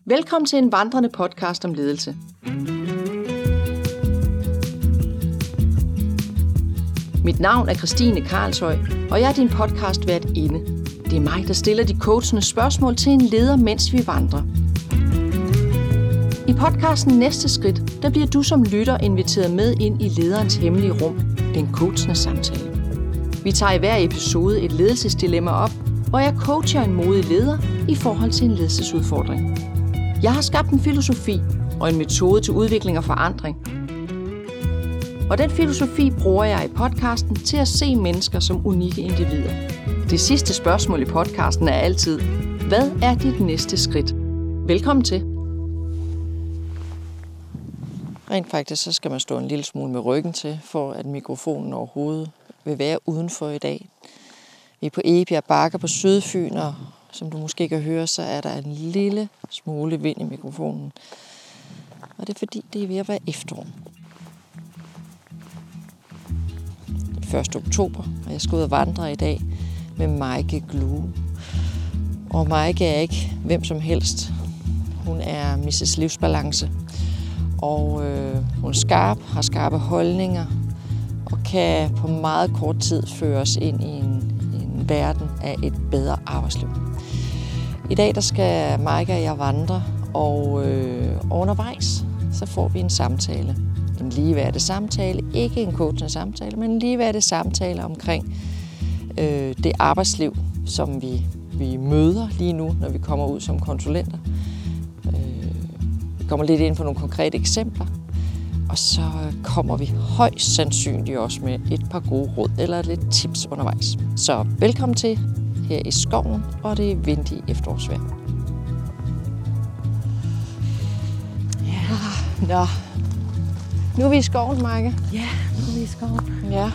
Velkommen til en vandrende podcast om ledelse. Mit navn er Christine Karlshøj, og jeg er din podcastvært inde. Det er mig, der stiller de coachende spørgsmål til en leder, mens vi vandrer. I podcasten Næste Skridt, der bliver du som lytter inviteret med ind i lederens hemmelige rum, den coachende samtale. Vi tager i hver episode et ledelsesdilemma op, hvor jeg coacher en modig leder i forhold til en ledelsesudfordring. Jeg har skabt en filosofi og en metode til udvikling og forandring. Og den filosofi bruger jeg i podcasten til at se mennesker som unikke individer. Det sidste spørgsmål i podcasten er altid: hvad er dit næste skridt? Velkommen til. Rent faktisk så skal man stå en lille smule med ryggen til, for at mikrofonen overhovedet vil være udenfor i dag. Vi er på Egebjerg Bakker på Sydfyn, og som du måske kan høre, så er der en lille smule vind i mikrofonen. Og det er fordi, det er ved at være efterår. Det er 1. oktober, og jeg skal ud og vandre i dag med Maike Glue. Og Maike er ikke hvem som helst. Hun er Mrs. Livsbalance. Og hun er skarp, har skarpe holdninger, og kan på meget kort tid føre os ind i en verden af et bedre arbejdsliv. I dag der skal Maike og jeg vandre, og undervejs så får vi en samtale. En ligeværdig samtale, ikke en coachende samtale, men en ligeværdig samtale omkring det arbejdsliv, som vi møder lige nu, når vi kommer ud som konsulenter. Vi kommer lidt ind på nogle konkrete eksempler, og så kommer vi højst sandsynligt også med et par gode råd eller lidt tips undervejs. Så velkommen til her i skoven, og det er vindige efterårsvejr. Ja, nå. Nu er vi i skoven, Maike. Ja, nu er vi i skoven. Ja.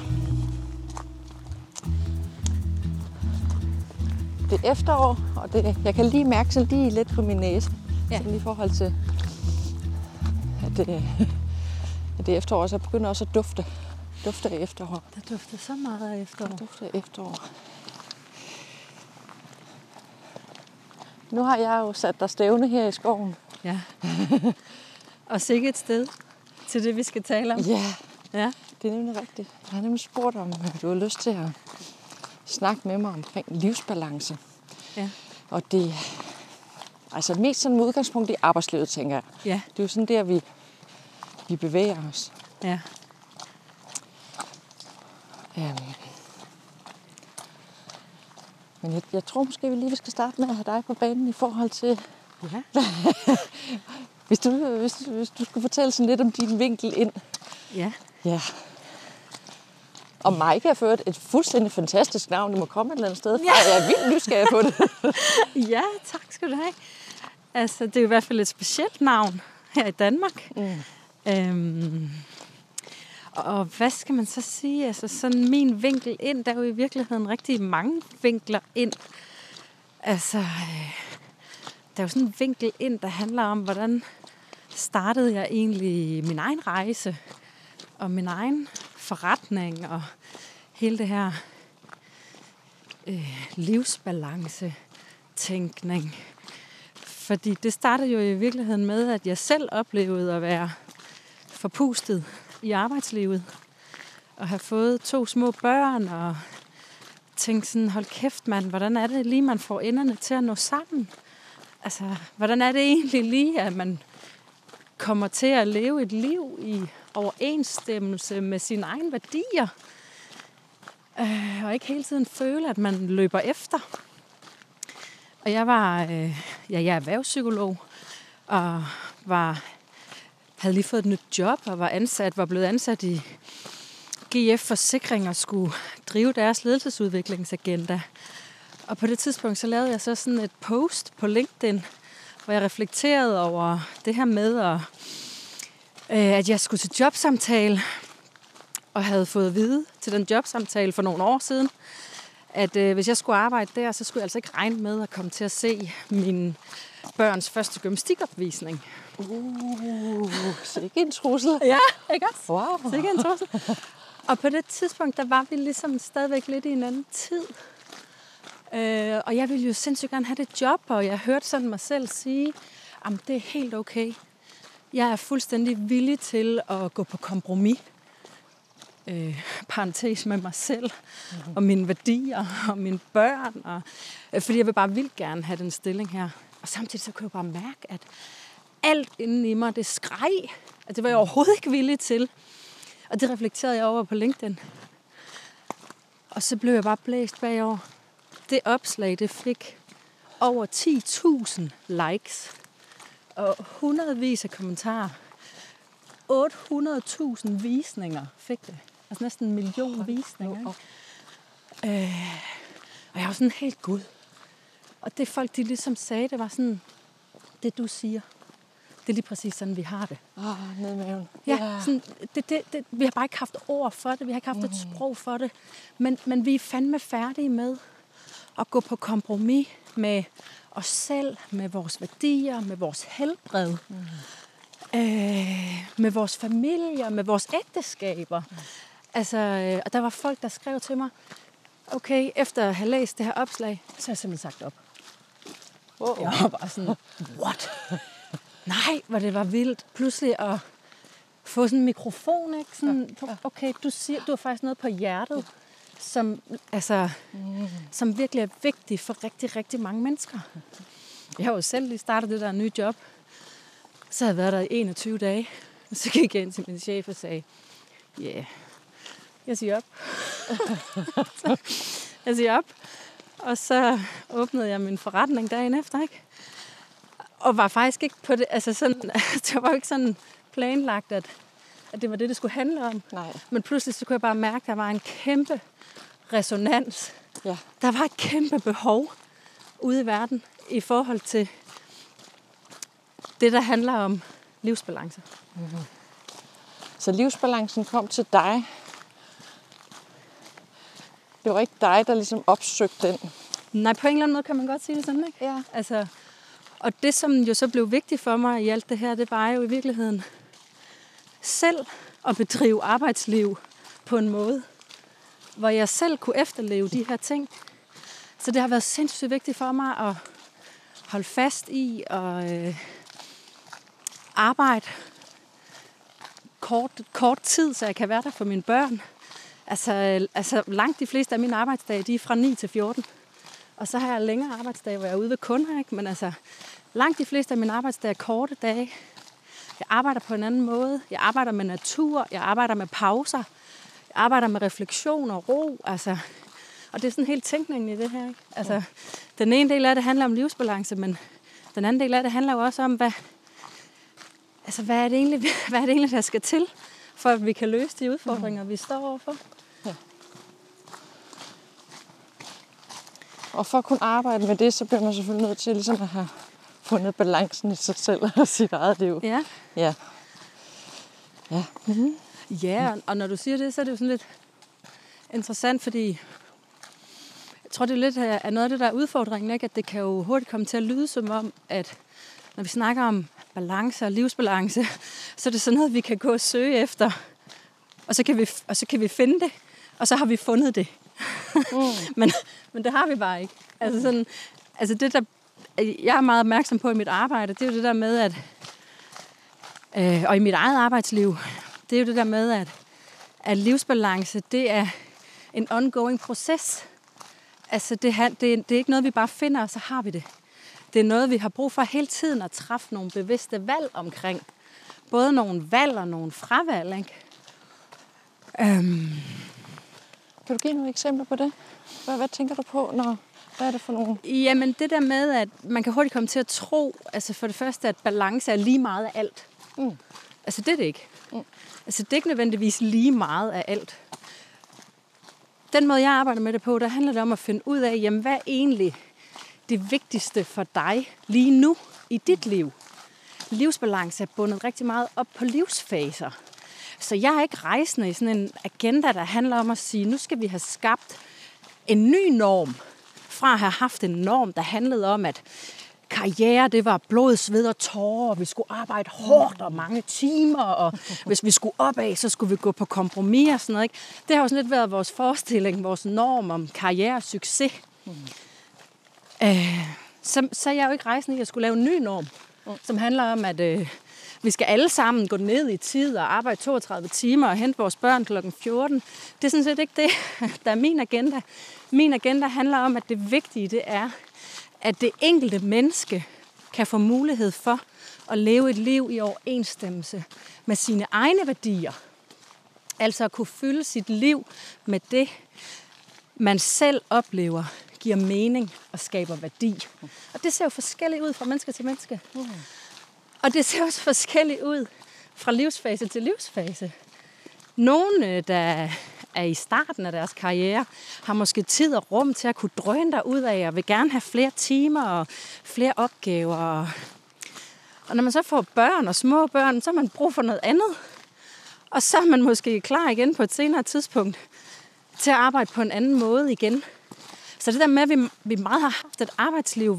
Det er efterår, og jeg kan lige mærke sådan lige lidt på min næse. Ja. Sådan i forhold til, at det er efterår, så jeg begynder også at dufte af efterår. Der dufter så meget af efterår. Der dufter af efterår. Nu har jeg jo sat dig stævne her i skoven. Ja. Og sikkert et sted til det, vi skal tale om. Ja, det er nemlig rigtigt. Jeg har nemlig spurgt, om du har lyst til at snakke med mig omkring livsbalance. Ja. Og det altså mest sådan med udgangspunkt i arbejdslivet, tænker jeg. Ja. Det er jo sådan der, vi bevæger os. Ja. Men jeg tror måske, vi lige skal starte med at have dig på banen i forhold til... Ja. hvis du skulle fortælle sådan lidt om din vinkel ind. Ja. Ja. Og Maike har ført et fuldstændig fantastisk navn. Du må komme et eller andet sted fra. Ja. Jeg er vildt nysgerrig på det. Ja, tak skal du have. Altså, det er i hvert fald et specielt navn her i Danmark. Og hvad skal man så sige? Altså, sådan min vinkel ind, der er jo i virkeligheden rigtig mange vinkler ind. Altså, der er jo sådan en vinkel ind, der handler om, hvordan startede jeg egentlig min egen rejse, og min egen forretning, og hele det her livsbalance-tænkning. Fordi det startede jo i virkeligheden med, at jeg selv oplevede at være forpustet i arbejdslivet, og have fået 2 små børn, og tænke sådan, hold kæft mand, hvordan er det lige, man får enderne til at nå sammen? Altså, hvordan er det egentlig lige, at man kommer til at leve et liv i overensstemmelse med sine egne værdier, og ikke hele tiden føle, at man løber efter. Og jeg jeg er erhvervspsykolog, og havde lige fået et nyt job, og var blevet ansat i GF Forsikring og skulle drive deres ledelsesudviklingsagenda. Og på det tidspunkt, så lavede jeg så sådan et post på LinkedIn, hvor jeg reflekterede over det her med, at jeg skulle til jobsamtale, og havde fået at vide til den jobsamtale for nogle år siden, at hvis jeg skulle arbejde der, så skulle jeg altså ikke regne med at komme til at se mine børns første gymnastikopvisning. Sikke en trussel. Ja, ikke også? Wow. Sikke en trussel. Og på det tidspunkt, der var vi ligesom stadigvæk lidt i en anden tid. Og jeg ville jo sindssygt gerne have det job, og jeg hørte sådan mig selv sige, jamen det er helt okay. Jeg er fuldstændig villig til at gå på kompromis. Parentes med mig selv, og mine værdier, og mine børn. Fordi jeg vil bare vildt gerne have den stilling her. Og samtidig så kan jeg bare mærke, at alt inden i mig, det skreg. At det var jeg overhovedet ikke villig til. Og det reflekterede jeg over på LinkedIn. Og så blev jeg bare blæst bagover. Det opslag, det fik over 10.000 likes. Og hundredvis af kommentarer. 800.000 visninger fik det. Altså næsten 1 million visninger. Og jeg var sådan helt Gud. Og det folk, de ligesom sagde, det var sådan, det du siger, det er lige præcis sådan, vi har det. Nede i maven. Ja, sådan, vi har bare ikke haft ord for det, vi har ikke haft et sprog for det. Men vi er fandme færdige med at gå på kompromis med os selv, med vores værdier, med vores helbred. Med vores familier, med vores ægteskaber. Altså, og der var folk, der skrev til mig, okay, efter at have læst det her opslag, så har jeg simpelthen sagt op. Jeg var bare sådan, what? Nej, hvor det var vildt. Pludselig at få sådan en mikrofon, ikke? Sådan, okay, du har faktisk noget på hjertet, som virkelig er vigtigt for rigtig, rigtig mange mennesker. Jeg har jo selv lige startet det der nye job. Så havde jeg været der i 21 dage. Og så gik jeg ind til min chef og sagde, jeg siger op. Jeg siger op. Og så åbnede jeg min forretning dagen efter, ikke? Og var faktisk ikke på det, altså sådan, det var jo ikke sådan planlagt, at det var det skulle handle om. Nej. Men pludselig så kunne jeg bare mærke, at der var en kæmpe resonans. Ja. Der var et kæmpe behov ude i verden i forhold til det, der handler om livsbalance. Mm-hmm. Så livsbalancen kom til dig. Det var ikke dig, der ligesom opsøgte den. Nej, på en eller anden måde kan man godt sige det sådan, ikke? Ja. Altså, og det, som jo så blev vigtigt for mig i alt det her, det var jo i virkeligheden selv at bedrive arbejdsliv på en måde, hvor jeg selv kunne efterleve de her ting. Så det har været sindssygt vigtigt for mig at holde fast i og arbejde kort tid, så jeg kan være der for mine børn. Altså langt de fleste af mine arbejdsdage, de er fra 9 til 14. Og så har jeg længere arbejdsdage, hvor jeg er ude ved kunder, ikke? Men altså, langt de fleste af mine arbejdsdage er korte dage. Jeg arbejder på en anden måde. Jeg arbejder med natur. Jeg arbejder med pauser. Jeg arbejder med refleksion og ro. Altså, og det er sådan helt tænkningen i det her, ikke? Altså, den ene del af det handler om livsbalance, men den anden del af det handler jo også om, hvad er det egentlig, der skal til, for at vi kan løse de udfordringer, vi står overfor. Ja. Og for at kunne arbejde med det, så bliver man selvfølgelig nødt til ligesom at have fundet balancen i sig selv og sit eget liv. Ja. Ja. Ja. Mm-hmm. Ja, og når du siger det, så er det jo sådan lidt interessant, fordi jeg tror, det er lidt af noget af det, der er udfordringen, ikke? At det kan jo hurtigt komme til at lyde som om, at når vi snakker om balance og livsbalance, så er det sådan noget, vi kan gå og søge efter, og så kan vi finde det, og så har vi fundet det. Men det har vi bare ikke. Altså det, der jeg er meget opmærksom på i mit arbejde, det er jo det der med, at og i mit eget arbejdsliv, det er jo det der med, at livsbalance, det er en ongoing proces. Altså det er ikke noget, vi bare finder, og så har vi det. Det er noget, vi har brug for hele tiden at træffe nogle bevidste valg omkring. Både nogle valg og nogle fravalg, ikke? Kan du give nogle eksempler på det? Hvad tænker du på, hvad er det for nogle? Jamen det der med, at man kan hurtigt komme til at tro, altså for det første, at balance er lige meget af alt. Altså det er det ikke. Altså det er ikke nødvendigvis lige meget af alt. Den måde, jeg arbejder med det på, der handler det om at finde ud af, jamen hvad er egentlig det vigtigste for dig lige nu i dit liv? Livsbalance er bundet rigtig meget op på livsfaser. Så jeg er ikke rejsende i sådan en agenda, der handler om at sige, nu skal vi have skabt en ny norm, fra at have haft en norm, der handlede om, at karriere, det var blod, sved og tårer, og vi skulle arbejde hårdt og mange timer, og hvis vi skulle opad, så skulle vi gå på kompromis og sådan noget, ikke? Det har jo sådan lidt været vores forestilling, vores norm om karriere og succes. Så er jeg jo ikke rejsende i at skulle lave en ny norm. som handler om, at vi skal alle sammen gå ned i tid og arbejde 32 timer og hente vores børn kl. 14. Det er sådan set ikke det, der er min agenda. Min agenda handler om, at det vigtige det er, at det enkelte menneske kan få mulighed for at leve et liv i overensstemmelse med sine egne værdier. Altså at kunne fylde sit liv med det, man selv oplever, giver mening og skaber værdi. Og det ser jo forskelligt ud fra menneske til menneske. Og det ser også forskelligt ud fra livsfase til livsfase. Nogle, der er i starten af deres karriere, har måske tid og rum til at kunne drøne derud af, og vil gerne have flere timer og flere opgaver. Og når man så får børn og små børn, så har man brug for noget andet. Og så er man måske klar igen på et senere tidspunkt til at arbejde på en anden måde igen. Så det der med, at vi meget har haft et arbejdsliv,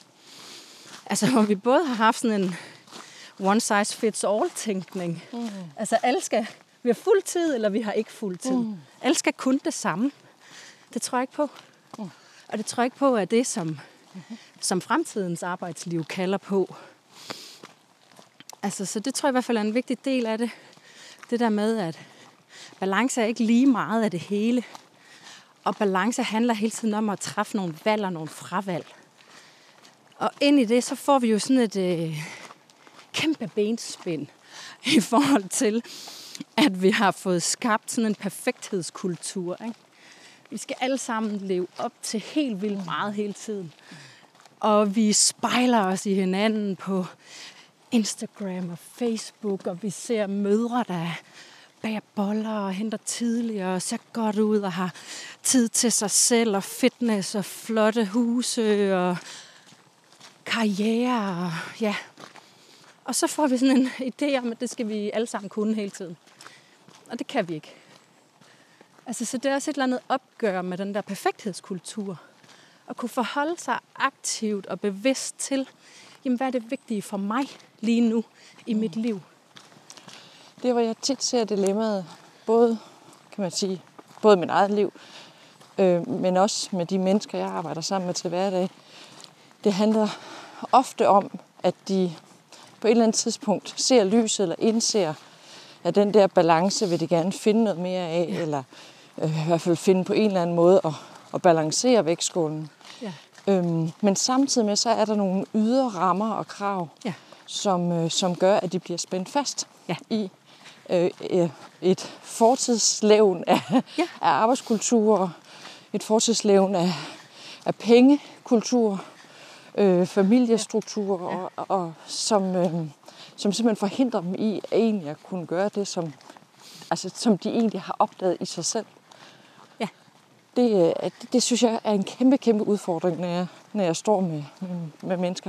hvor vi både har haft sådan en one size fits all tænkning. Altså alle skal, vi har fuld tid, eller vi har ikke fuld tid. Alle skal kun det samme. Det tror jeg ikke på. Og det tror jeg ikke på, at det, som fremtidens arbejdsliv kalder på. Altså, så det tror jeg i hvert fald er en vigtig del af det. Det der med, at balance er ikke lige meget af det hele. Og balance handler hele tiden om at træffe nogle valg og nogle fravalg. Og ind i det, så får vi jo sådan et kæmpe benspænd i forhold til, at vi har fået skabt sådan en perfekthedskultur. Ikke? Vi skal alle sammen leve op til helt vildt meget hele tiden. Og vi spejler os i hinanden på Instagram og Facebook, og vi ser mødre, der bager boller og henter tidligere og ser godt ud og har tid til sig selv og fitness og flotte huse og karriere. Og, ja. Og så får vi sådan en idé om, at det skal vi alle sammen kunne hele tiden. Og det kan vi ikke. Altså, så det er også et eller andet opgør med den der perfekthedskultur. At kunne forholde sig aktivt og bevidst til, jamen, hvad er det vigtige for mig lige nu i mit liv? Det, hvor jeg tit ser dilemmaet, både, kan man sige, både i mit eget liv, men også med de mennesker, jeg arbejder sammen med til hverdag, det handler ofte om, at de på et eller andet tidspunkt ser lyset eller indser, at den der balance vil de gerne finde noget mere af, eller i hvert fald finde på en eller anden måde at balancere vægtskålen. Ja. Men samtidig med, så er der nogle ydre rammer og krav, som gør, at de bliver spændt fast i et fortidslevn af arbejdskultur, et fortidslevn af pengekultur, familiestruktur, og som simpelthen forhindrer dem i egentlig at kunne gøre det, som de egentlig har opdaget i sig selv. Ja. Det synes jeg er en kæmpe, kæmpe udfordring, når jeg står med mennesker.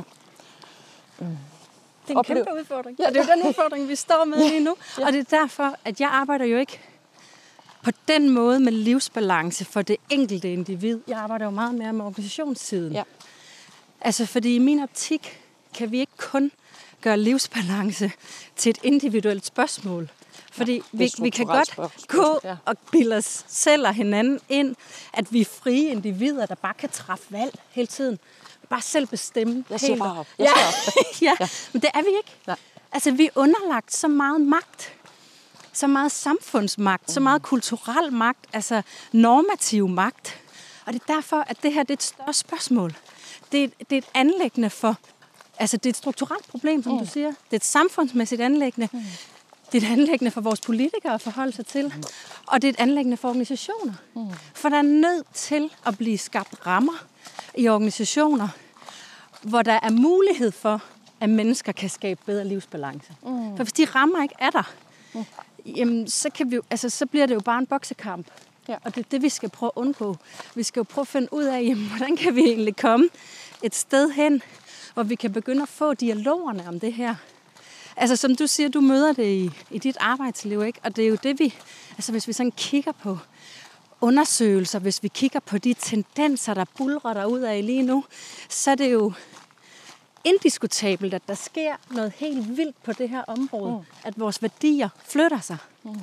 Det er en kæmpe udfordring. Ja, det er jo den udfordring, vi står med lige nu. Ja. Og det er derfor, at jeg arbejder jo ikke på den måde med livsbalance for det enkelte individ. Jeg arbejder jo meget mere med organisationssiden. Ja. Altså, fordi i min optik kan vi ikke kun gøre livsbalance til et individuelt spørgsmål. Fordi vi kan godt gå og bilde os selv og hinanden ind, at vi er frie individer, der bare kan træffe valg hele tiden. Bare selv bestemme. Jeg siger bare op. Ja, men det er vi ikke. Nej. Altså, vi er underlagt så meget magt. Så meget samfundsmagt, så meget kulturel magt, altså normativ magt. Og det er derfor, at det her det er et større spørgsmål. Det er et anliggende for, altså det er et strukturelt problem, som du siger. Det er et samfundsmæssigt anliggende. Det er et anliggende for vores politikere at forholde sig til. Og det er et anliggende for organisationer. For der er nødt til at blive skabt rammer i organisationer, hvor der er mulighed for, at mennesker kan skabe bedre livsbalance. For hvis de rammer ikke er der, jamen, så bliver det jo bare en boksekamp. Ja. Og det er det, vi skal prøve at undgå. Vi skal jo prøve at finde ud af, jamen, hvordan kan vi egentlig komme et sted hen, hvor vi kan begynde at få dialogerne om det her. Altså som du siger, du møder det i dit arbejdsliv, ikke? Og det er jo det, hvis vi sådan kigger på undersøgelser, hvis vi kigger på de tendenser, der buldrer derud af lige nu, så er det jo indiskutabelt, at der sker noget helt vildt på det her område, at vores værdier flytter sig.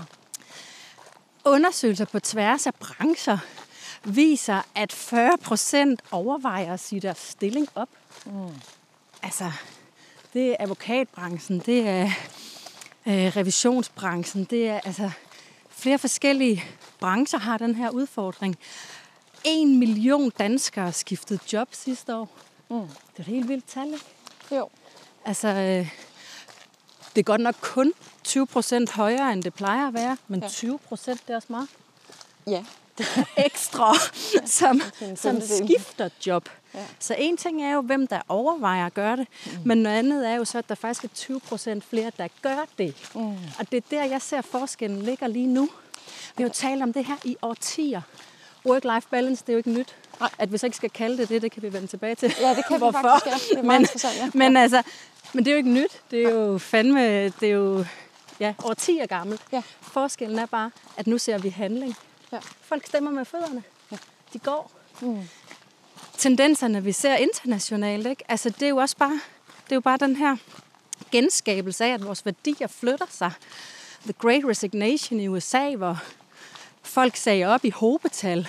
Undersøgelser på tværs af brancher viser, at 40% overvejer at sige deres stilling op. Altså, Det er advokatbranchen, det er revisionsbranchen, det er altså flere forskellige brancher har den her udfordring. 1 million danskere skiftede job sidste år. Det er et helt vildt tal, ikke? Jo. Altså, det er godt nok kun 20% højere, end det plejer at være, men 20% det er også meget. Ja. Det er ekstra, som skifter job. Ja. Så en ting er jo, hvem der overvejer at gøre det, men noget andet er jo så, at der faktisk er 20% flere, der gør det. Og det er der, jeg ser forskellen ligger lige nu. Vi har jo talt om det her i årtier. Work-life balance, det er jo ikke nyt. Nej. At vi så ikke skal kalde det kan vi vende tilbage til. Ja, det kan vi faktisk, ja. Det er meget interessant, ja. Men det er jo ikke nyt. Det er jo årtier gammelt. Ja. Forskellen er bare, at nu ser vi handling. Ja. Folk stemmer med fødderne. Ja. De går. Tendenserne, vi ser internationalt, ikke? Altså, det er jo bare den her genskabelse af, at vores værdier flytter sig. The Great Resignation i USA, hvor folk sagde op i hobetal.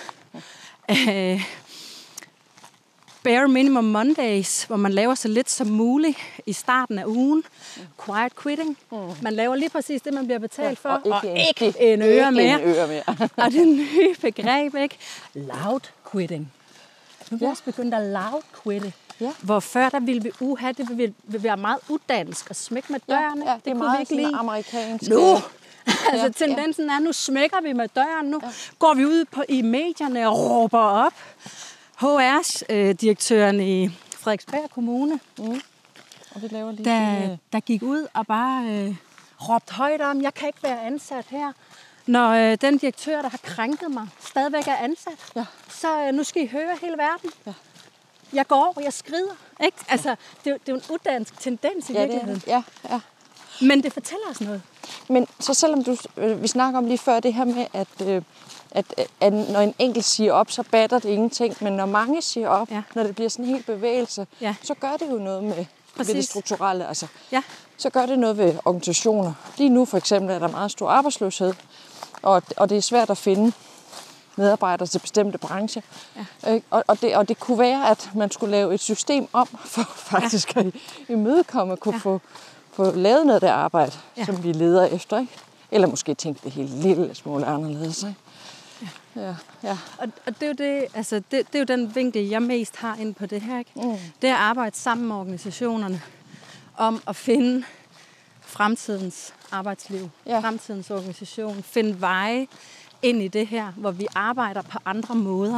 Bare minimum Mondays, hvor man laver så lidt som muligt i starten af ugen. Quiet quitting. Man laver lige præcis det, man bliver betalt for. Og ikke en øre mere. Og det nye begreb, ikke? Loud quitting. Nu er vi også begyndt at loud quitte. Ja. Hvor før der ville vi det ville være meget uddansk og smække med dørene. Ja, det er meget sådan amerikansk. Nu! Altså tendensen er, nu smækker vi med døren. Nu går vi ud i medierne og råber op. HR-direktøren i Frederiksberg Kommune, og det laver lige der gik ud og bare råbte højt om, jeg kan ikke være ansat her. Når den direktør, der har krænket mig, stadigvæk er ansat, så nu skal I høre hele verden. Ja. Jeg går, og jeg skrider. Ikke? Altså, det er jo en uddansk tendens i virkeligheden. Ja. Men det fortæller os noget. Men så selvom vi snakker om lige før det her med, at når en enkelt siger op, så batter det ingenting. Men når mange siger op, når det bliver sådan en hel bevægelse, så gør det jo noget med det strukturelle. Altså, så gør det noget ved organisationer. Lige nu for eksempel er der meget stor arbejdsløshed, og det er svært at finde medarbejdere til bestemte brancher. Ja. Og det kunne være, at man skulle lave et system om, for faktisk at imødekomme kunne få lavet noget af det arbejde, som vi leder efter, ikke? Eller måske tænke det helt lille smule anderledes, ikke? Ja. Og det er jo det, altså det er jo den vinkel, jeg mest har inde på det her, ikke? Det er at arbejde sammen med organisationerne om at finde fremtidens arbejdsliv, fremtidens organisation, finde veje ind i det her, hvor vi arbejder på andre måder.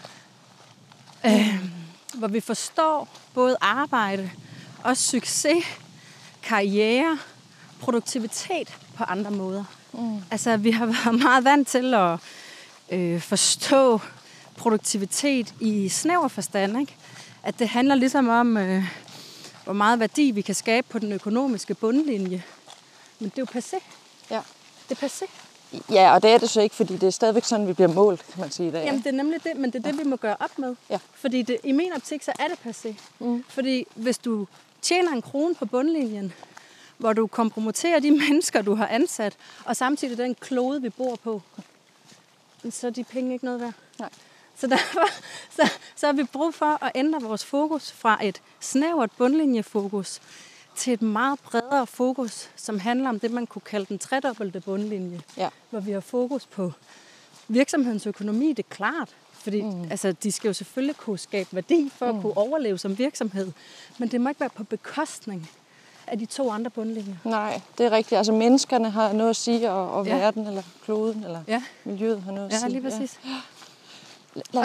Hvor vi forstår både arbejde og succes, karriere, produktivitet på andre måder. Altså, vi har været meget vant til at forstå produktivitet i snæver forstand, ikke? At det handler ligesom om, hvor meget værdi vi kan skabe på den økonomiske bundlinje. Men det er jo passé. Ja. Det er passé. Ja, og det er det så ikke, fordi det er stadigvæk sådan, vi bliver målt, kan man sige i dag. Jamen, det er nemlig det, men det er det, vi må gøre op med. Ja. Fordi i min optik, så er det passé. Fordi hvis du tjener 1 krone på bundlinjen, hvor du kompromitterer de mennesker, du har ansat, og samtidig den klode, vi bor på, så er de penge ikke noget værd. Nej. Så derfor så har vi brug for at ændre vores fokus fra et snævert bundlinjefokus til et meget bredere fokus, som handler om det, man kunne kalde den tredobbelte bundlinje. Ja. Hvor vi har fokus på virksomhedens økonomi, det er klart. Fordi altså, de skal jo selvfølgelig kunne skabe værdi for at kunne overleve som virksomhed. Men det må ikke være på bekostning af de 2 andre bundlinjer. Nej, det er rigtigt. Altså menneskerne har noget at sige, og verden, eller kloden, eller miljøet har noget at sige. Ja, lige præcis. Nej,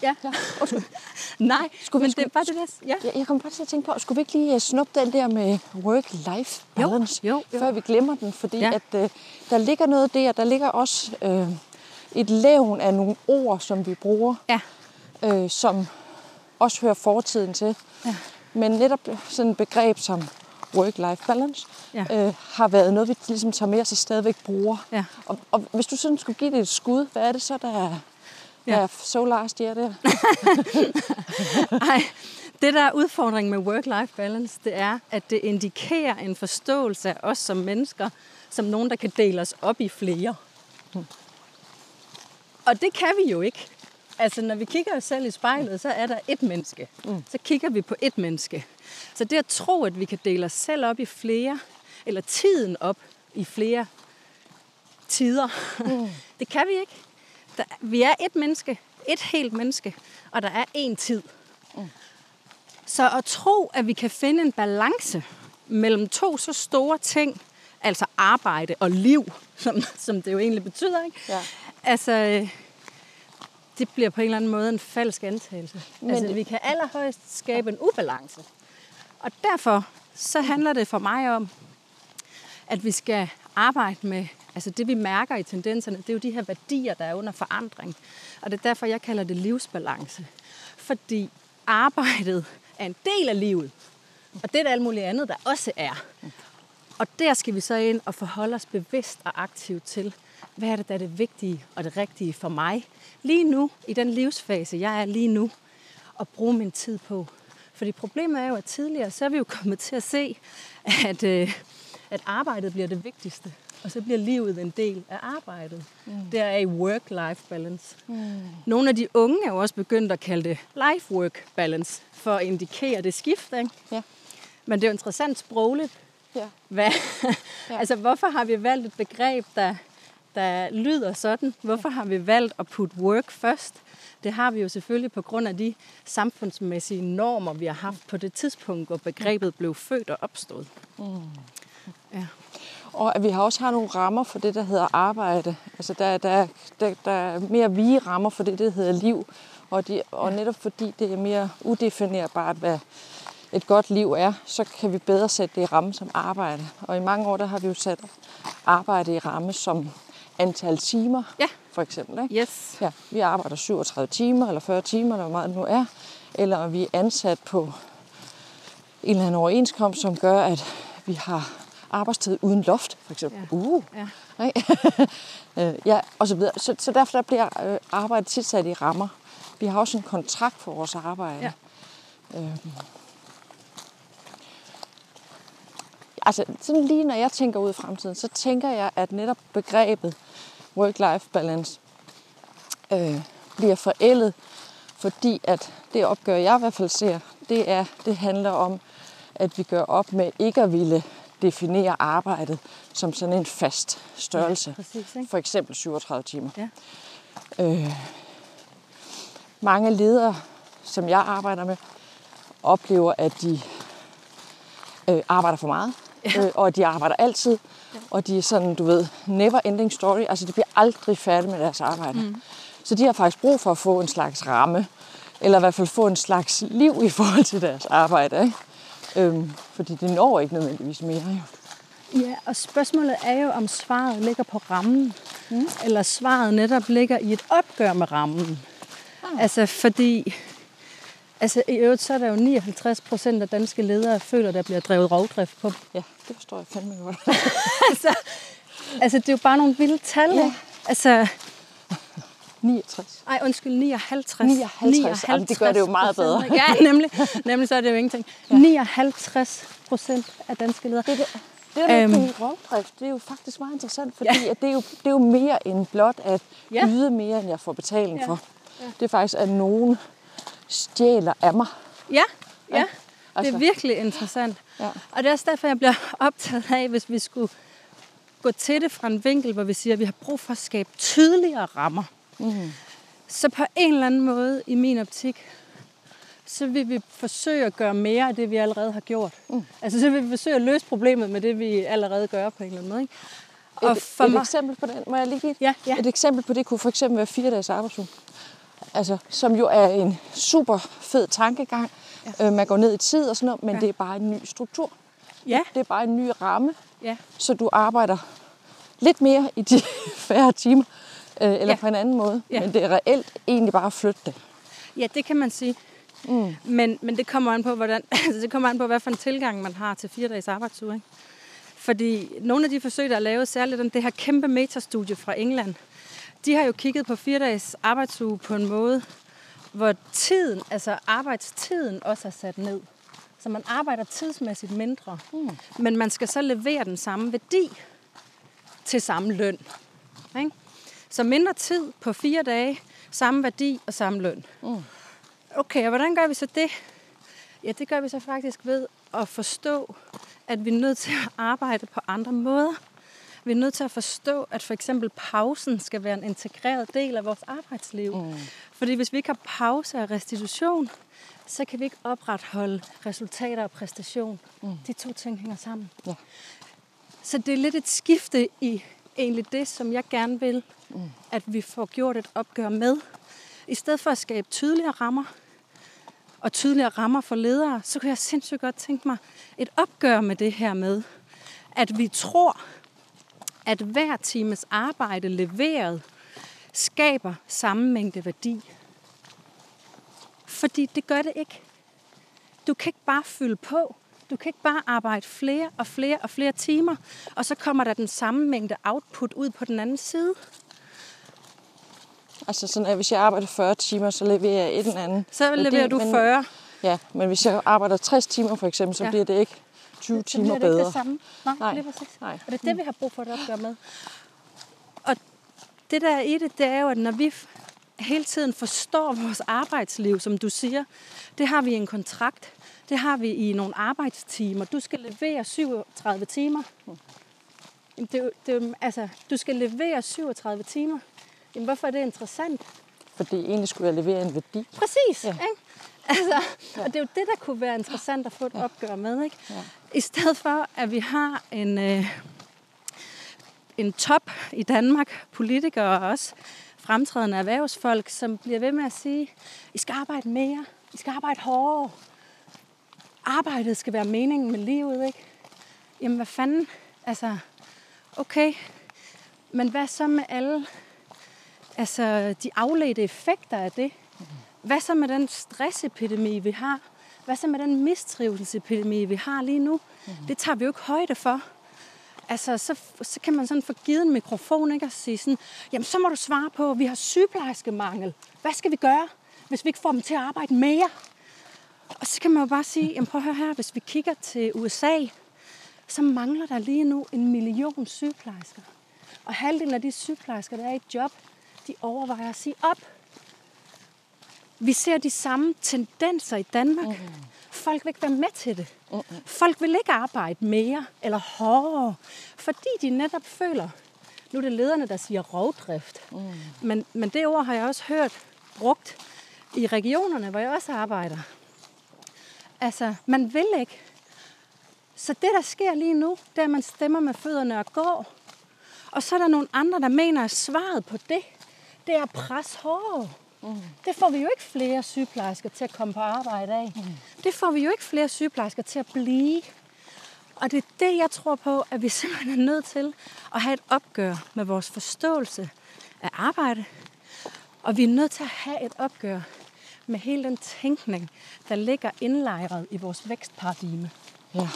men det er bare det der. Ja. Jeg kommer bare til at tænke på, skulle vi ikke lige snuppe den der med work-life balance, jo. før vi glemmer den? Fordi at, der ligger noget der. Der ligger også et levn af nogle ord, som vi bruger, som også hører fortiden til. Ja. Men netop sådan et begreb som work-life balance har været noget, vi ligesom tager med os og stadigvæk bruger. Ja. Og hvis du sådan skulle give det et skud, hvad er det så, der er so last year der? Ej, det der er udfordringen med work-life balance, det er, at det indikerer en forståelse af os som mennesker, som nogen, der kan dele os op i flere. Og det kan vi jo ikke. Altså, når vi kigger os selv i spejlet, så er der ét menneske. Så kigger vi på ét menneske. Så det at tro, at vi kan dele os selv op i flere, eller tiden op i flere tider, det kan vi ikke. Vi er ét menneske, ét helt menneske, og der er én tid. Så at tro, at vi kan finde en balance mellem to så store ting, altså arbejde og liv, som det jo egentlig betyder, ikke? Ja. Altså, det bliver på en eller anden måde en falsk antagelse. Altså, vi kan allerhøjst skabe en ubalance. Og derfor så handler det for mig om, at vi skal arbejde med, altså det vi mærker i tendenserne, det er jo de her værdier, der er under forandring. Og det er derfor, jeg kalder det livsbalance. Fordi arbejdet er en del af livet, og det er der alt muligt andet, der også er. Og der skal vi så ind og forholde os bevidst og aktivt til, hvad er det, der er det vigtige og det rigtige for mig lige nu, i den livsfase, jeg er lige nu, og bruge min tid på. Fordi problemet er jo, at tidligere, så er vi jo kommet til at se, at arbejdet bliver det vigtigste, og så bliver livet en del af arbejdet. Det er i work-life balance. Nogle af de unge er jo også begyndt at kalde det life-work balance, for at indikere det skift, ikke? Ja. Men det er jo interessant sprogligt. Ja. Hvad? Altså, hvorfor har vi valgt et begreb, der lyder sådan? Hvorfor har vi valgt at putte work først? Det har vi jo selvfølgelig på grund af de samfundsmæssige normer, vi har haft på det tidspunkt, hvor begrebet blev født og opstået. Ja. Og at vi også har nogle rammer for det, der hedder arbejde. Altså, der er mere vige rammer for det, der hedder liv. Og netop fordi det er mere udefinerbart, hvad et godt liv er, så kan vi bedre sætte det i ramme som arbejde. Og i mange år, der har vi jo sat arbejde i ramme som antal timer, for eksempel. Ikke? Yes. Ja, vi arbejder 37 timer, eller 40 timer, eller hvor meget det nu er. Eller vi er ansat på en eller anden overenskomst, som gør, at vi har arbejdstid uden loft, for eksempel. Ja, og så videre. Så derfor bliver arbejdet tit sat i rammer. Vi har også en kontrakt for vores arbejde. Ja. Altså, sådan lige når jeg tænker ud i fremtiden, så tænker jeg, at netop begrebet work-life balance bliver forældet, fordi at det opgør, jeg i hvert fald ser, det handler om, at vi gør op med ikke at ville definere arbejdet som sådan en fast størrelse. Ja, præcis, ikke? For eksempel 37 timer. Ja. Mange ledere, som jeg arbejder med, oplever, at de arbejder for meget. Og de arbejder altid, og de er sådan, du ved, never ending story. Altså, de bliver aldrig færdige med deres arbejde. Så de har faktisk brug for at få en slags ramme, eller i hvert fald få en slags liv i forhold til deres arbejde, ikke? Fordi det når ikke nødvendigvis mere, jo. Ja, og spørgsmålet er jo, om svaret ligger på rammen, eller svaret netop ligger i et opgør med rammen. Altså, fordi i øvrigt, så er der jo 59% af danske ledere føler, der bliver drevet rovdrift på. Ja, det forstår jeg fandme godt. altså, det er jo bare nogle vilde tal. Ja. Altså, 69. Ej, undskyld, 59. 59. Jamen, det gør det jo meget bedre. Ja, nemlig så er det jo ingenting. 59% af danske ledere. Det er jo ikke rovdrift. Det er jo faktisk meget interessant, fordi at det er jo mere end blot at yde mere, end jeg får betaling for. Ja. Det er faktisk, at nogen stjæler af mig. Ja. Det er virkelig interessant. Ja. Og det er også derfor, jeg bliver optaget af, hvis vi skulle gå til det fra en vinkel, hvor vi siger, at vi har brug for at skabe tydeligere rammer. Så på en eller anden måde, i min optik, så vil vi forsøge at gøre mere af det, vi allerede har gjort. Altså, så vil vi forsøge at løse problemet med det, vi allerede gør på en eller anden måde. Ikke? Et eksempel på det, må jeg lige give? Ja. Et eksempel på det kunne for eksempel være 4 dages arbejdsuge. Altså, som jo er en super fed tankegang. Ja. Man går ned i tid og sådan noget, men det er bare en ny struktur. Ja. Det er bare en ny ramme, så du arbejder lidt mere i de færre timer, eller på en anden måde. Ja. Men det er reelt egentlig bare at flytte det. Ja, det kan man sige. Men det kommer an på, det kommer an på, hvad for en tilgang man har til 4 dages arbejdsuge. Ikke? Fordi nogle af de forsøg, der er lavet, særligt det her kæmpe metastudie fra England, de har jo kigget på 4 dages arbejdsuge på en måde, hvor tiden, altså arbejdstiden også er sat ned. Så man arbejder tidsmæssigt mindre, men man skal så levere den samme værdi til samme løn. Ikke? Så mindre tid på 4 dage, samme værdi og samme løn. Okay, og hvordan gør vi så det? Ja, det gør vi så faktisk ved at forstå, at vi er nødt til at arbejde på andre måder. Vi er nødt til at forstå, at for eksempel pausen skal være en integreret del af vores arbejdsliv. Fordi hvis vi ikke har pause og restitution, så kan vi ikke opretholde resultater og præstation. De 2 ting hænger sammen. Ja. Så det er lidt et skifte i egentlig det, som jeg gerne vil, at vi får gjort et opgør med. I stedet for at skabe tydeligere rammer, og tydeligere rammer for ledere, så kunne jeg sindssygt godt tænke mig et opgør med det her med, at vi tror, at hver times arbejde leveret skaber samme mængde værdi. Fordi det gør det ikke. Du kan ikke bare fylde på. Du kan ikke bare arbejde flere og flere og flere timer, og så kommer der den samme mængde output ud på den anden side. Altså sådan, at hvis jeg arbejder 40 timer, så leverer jeg et eller andet. Så leverer du 40. Ja, men hvis jeg arbejder 60 timer for eksempel, så bliver det ikke 20 timer bedre. Så bliver det ikke det samme. Nej. Det er præcis. Nej. Og det er det, vi har brug for at opgøre med. Og det der i det er jo, at når vi hele tiden forstår vores arbejdsliv, som du siger, det har vi i en kontrakt, det har vi i nogle arbejdstimer. Du skal levere 37 timer. Du skal levere 37 timer. Jamen, hvorfor er det interessant? Fordi egentlig skulle jeg levere en værdi. Præcis, ikke? Altså, og det er jo det, der kunne være interessant at få et opgør med, ikke? Ja. I stedet for, at vi har en top i Danmark, politikere og også fremtrædende erhvervsfolk, som bliver ved med at sige, I skal arbejde mere, I skal arbejde hårdere. Arbejdet skal være meningen med livet, ikke? Jamen, hvad fanden? Altså, okay, men hvad så med alle de afledte effekter af det? Hvad så med den stressepidemi, vi har? Hvad så med den mistrivselsepidemi, vi har lige nu? Det tager vi jo ikke højde for. Altså, så kan man sådan få givet en mikrofon, ikke? Og sige sådan, jamen så må du svare på, at vi har sygeplejerskemangel. Hvad skal vi gøre, hvis vi ikke får dem til at arbejde mere? Og så kan man jo bare sige, jamen prøv at høre her, hvis vi kigger til USA, så mangler der lige nu 1 million sygeplejersker. Og halvdelen af de sygeplejersker, der er i job, de overvejer at sige op. Vi ser de samme tendenser i Danmark. Folk vil ikke være med til det. Folk vil ikke arbejde mere eller hårdere, fordi de netop føler, nu er det lederne, der siger rovdrift. Men det ord har jeg også hørt brugt i regionerne, hvor jeg også arbejder. Altså, man vil ikke. Så det, der sker lige nu, det er, at man stemmer med fødderne og går. Og så er der nogle andre, der mener, at svaret på det er at presse hårdere. Det får vi jo ikke flere sygeplejersker til at komme på arbejde af. Det får vi jo ikke flere sygeplejersker til at blive. Og det er det, jeg tror på, at vi simpelthen er nødt til at have et opgør med vores forståelse af arbejde. Og vi er nødt til at have et opgør med hele den tænkning, der ligger indlejret i vores vækstparadigme. Ja.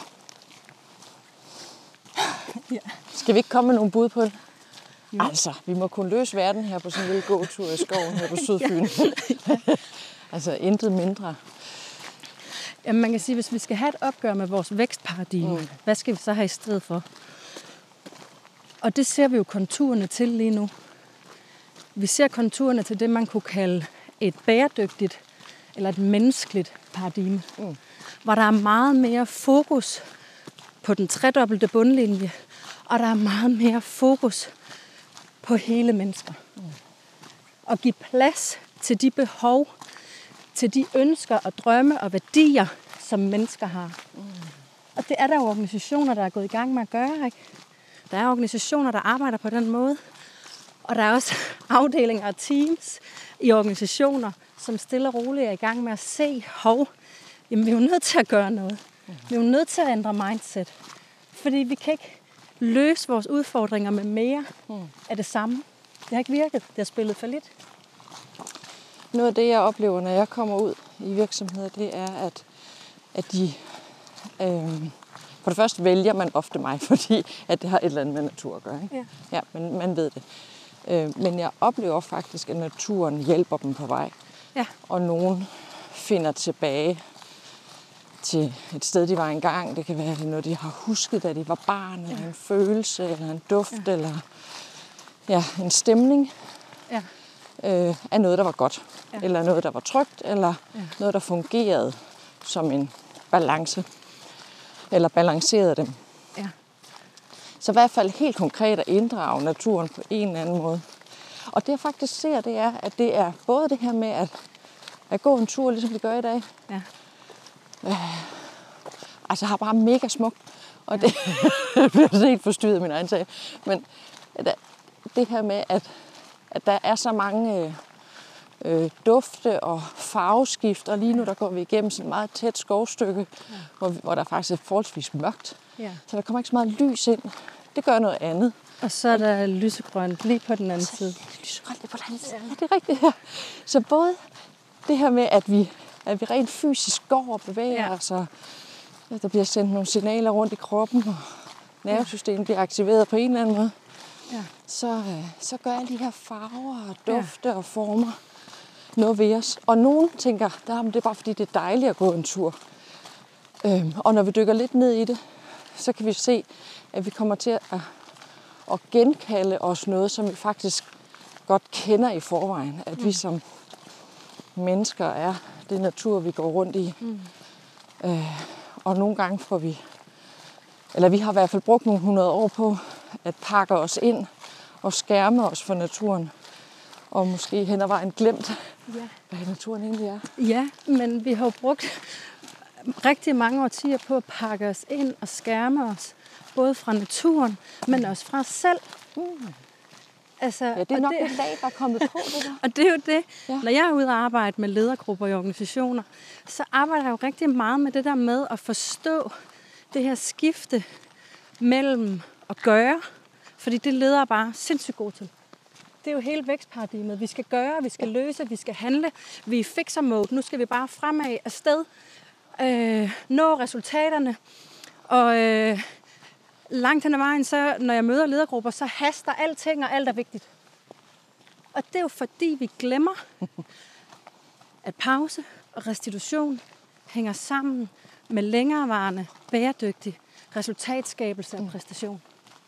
Skal vi ikke komme med nogle bud på det? Jo. Altså, vi må kunne løse verden her på sådan en lille gåtur i skoven her på Sydfyn. Altså, intet mindre. Jamen, man kan sige, hvis vi skal have et opgør med vores vækstparadigme, hvad skal vi så have i stedet for? Og det ser vi jo konturerne til lige nu. Vi ser konturerne til det, man kunne kalde et bæredygtigt eller et menneskeligt paradigme. Hvor der er meget mere fokus på den tredobbelte bundlinje, og der er meget mere fokus på hele mennesker. Og give plads til de behov, til de ønsker og drømme og værdier, som mennesker har. Og det er der jo organisationer, der er gået i gang med at gøre, ikke? Der er organisationer, der arbejder på den måde. Og der er også afdelinger og teams i organisationer, som stille og roligt er i gang med at se, jamen vi er jo nødt til at gøre noget. Vi er jo nødt til at ændre mindset. Fordi vi kan ikke løse vores udfordringer med mere af det samme. Det har ikke virket. Det har spillet for lidt. Noget af det, jeg oplever, når jeg kommer ud i virksomheder, det er, at de... for det første vælger man ofte mig, fordi at det har et eller andet med natur at gøre. Ikke? Ja, men man ved det. Men jeg oplever faktisk, at naturen hjælper dem på vej. Ja. Og nogen finder tilbage til et sted, de var engang. Det kan være noget, de har husket, da de var barn, eller en følelse, eller en duft, eller en stemning. Ja. af noget, der var godt. Ja. Eller noget, der var trygt, eller noget, der fungerede som en balance. Eller balancerede dem. Ja. Så i hvert fald helt konkret at inddrage naturen på en eller anden måde. Og det jeg faktisk ser, det er, at det er både det her med at gå en tur, ligesom vi gør i dag. Ja. Altså har bare mega smukt. Og det bliver så helt forstyrret af min egen sag. Men det her med, at der er så mange dufte og farveskift. Og lige nu der går vi igennem sådan et meget tæt skovstykke, hvor der faktisk er forholdsvis mørkt. Ja. Så der kommer ikke så meget lys ind. Det gør noget andet. Og så er der lysegrønt lige på den anden side. Lysegrønt lige på den anden side. Ja, det er rigtigt her. Så både det her med, at vi rent fysisk går og bevæger os, og der bliver sendt nogle signaler rundt i kroppen, og nervesystemet bliver aktiveret på en eller anden måde, så gør alle de her farver og dufte og former noget ved os. Og nogen tænker, det er bare fordi, det er dejligt at gå en tur. Og når vi dykker lidt ned i det, så kan vi se, at vi kommer til at genkalde os noget, som vi faktisk godt kender i forvejen. At vi som mennesker er det natur, vi går rundt i. Og nogle gange får vi har i hvert fald brugt nogle 100 år på at pakke os ind og skærme os for naturen. Og måske hen ad vejen glemt, hvad naturen egentlig er. Ja, men vi har jo brugt rigtig mange årtier på at pakke os ind og skærme os. Både fra naturen, men også fra os selv. Altså, Ja, det er nok et lag, der er kommet på det der. Og det er jo det. Ja. Når jeg er ude og arbejde med ledergrupper i organisationer, så arbejder jeg jo rigtig meget med det der med at forstå det her skifte mellem at gøre, fordi det leder bare sindssygt god til. Det er jo hele vækstparadigmet. Vi skal gøre, vi skal løse, vi skal handle. Vi er fixer mode. Nu skal vi bare fremad afsted, nå resultaterne. Og langt hen ad vejen, så, når jeg møder ledergrupper, så haster alting, og alt er vigtigt. Og det er jo fordi, vi glemmer, at pause og restitution hænger sammen med længerevarende, bæredygtig resultatskabelse og præstation.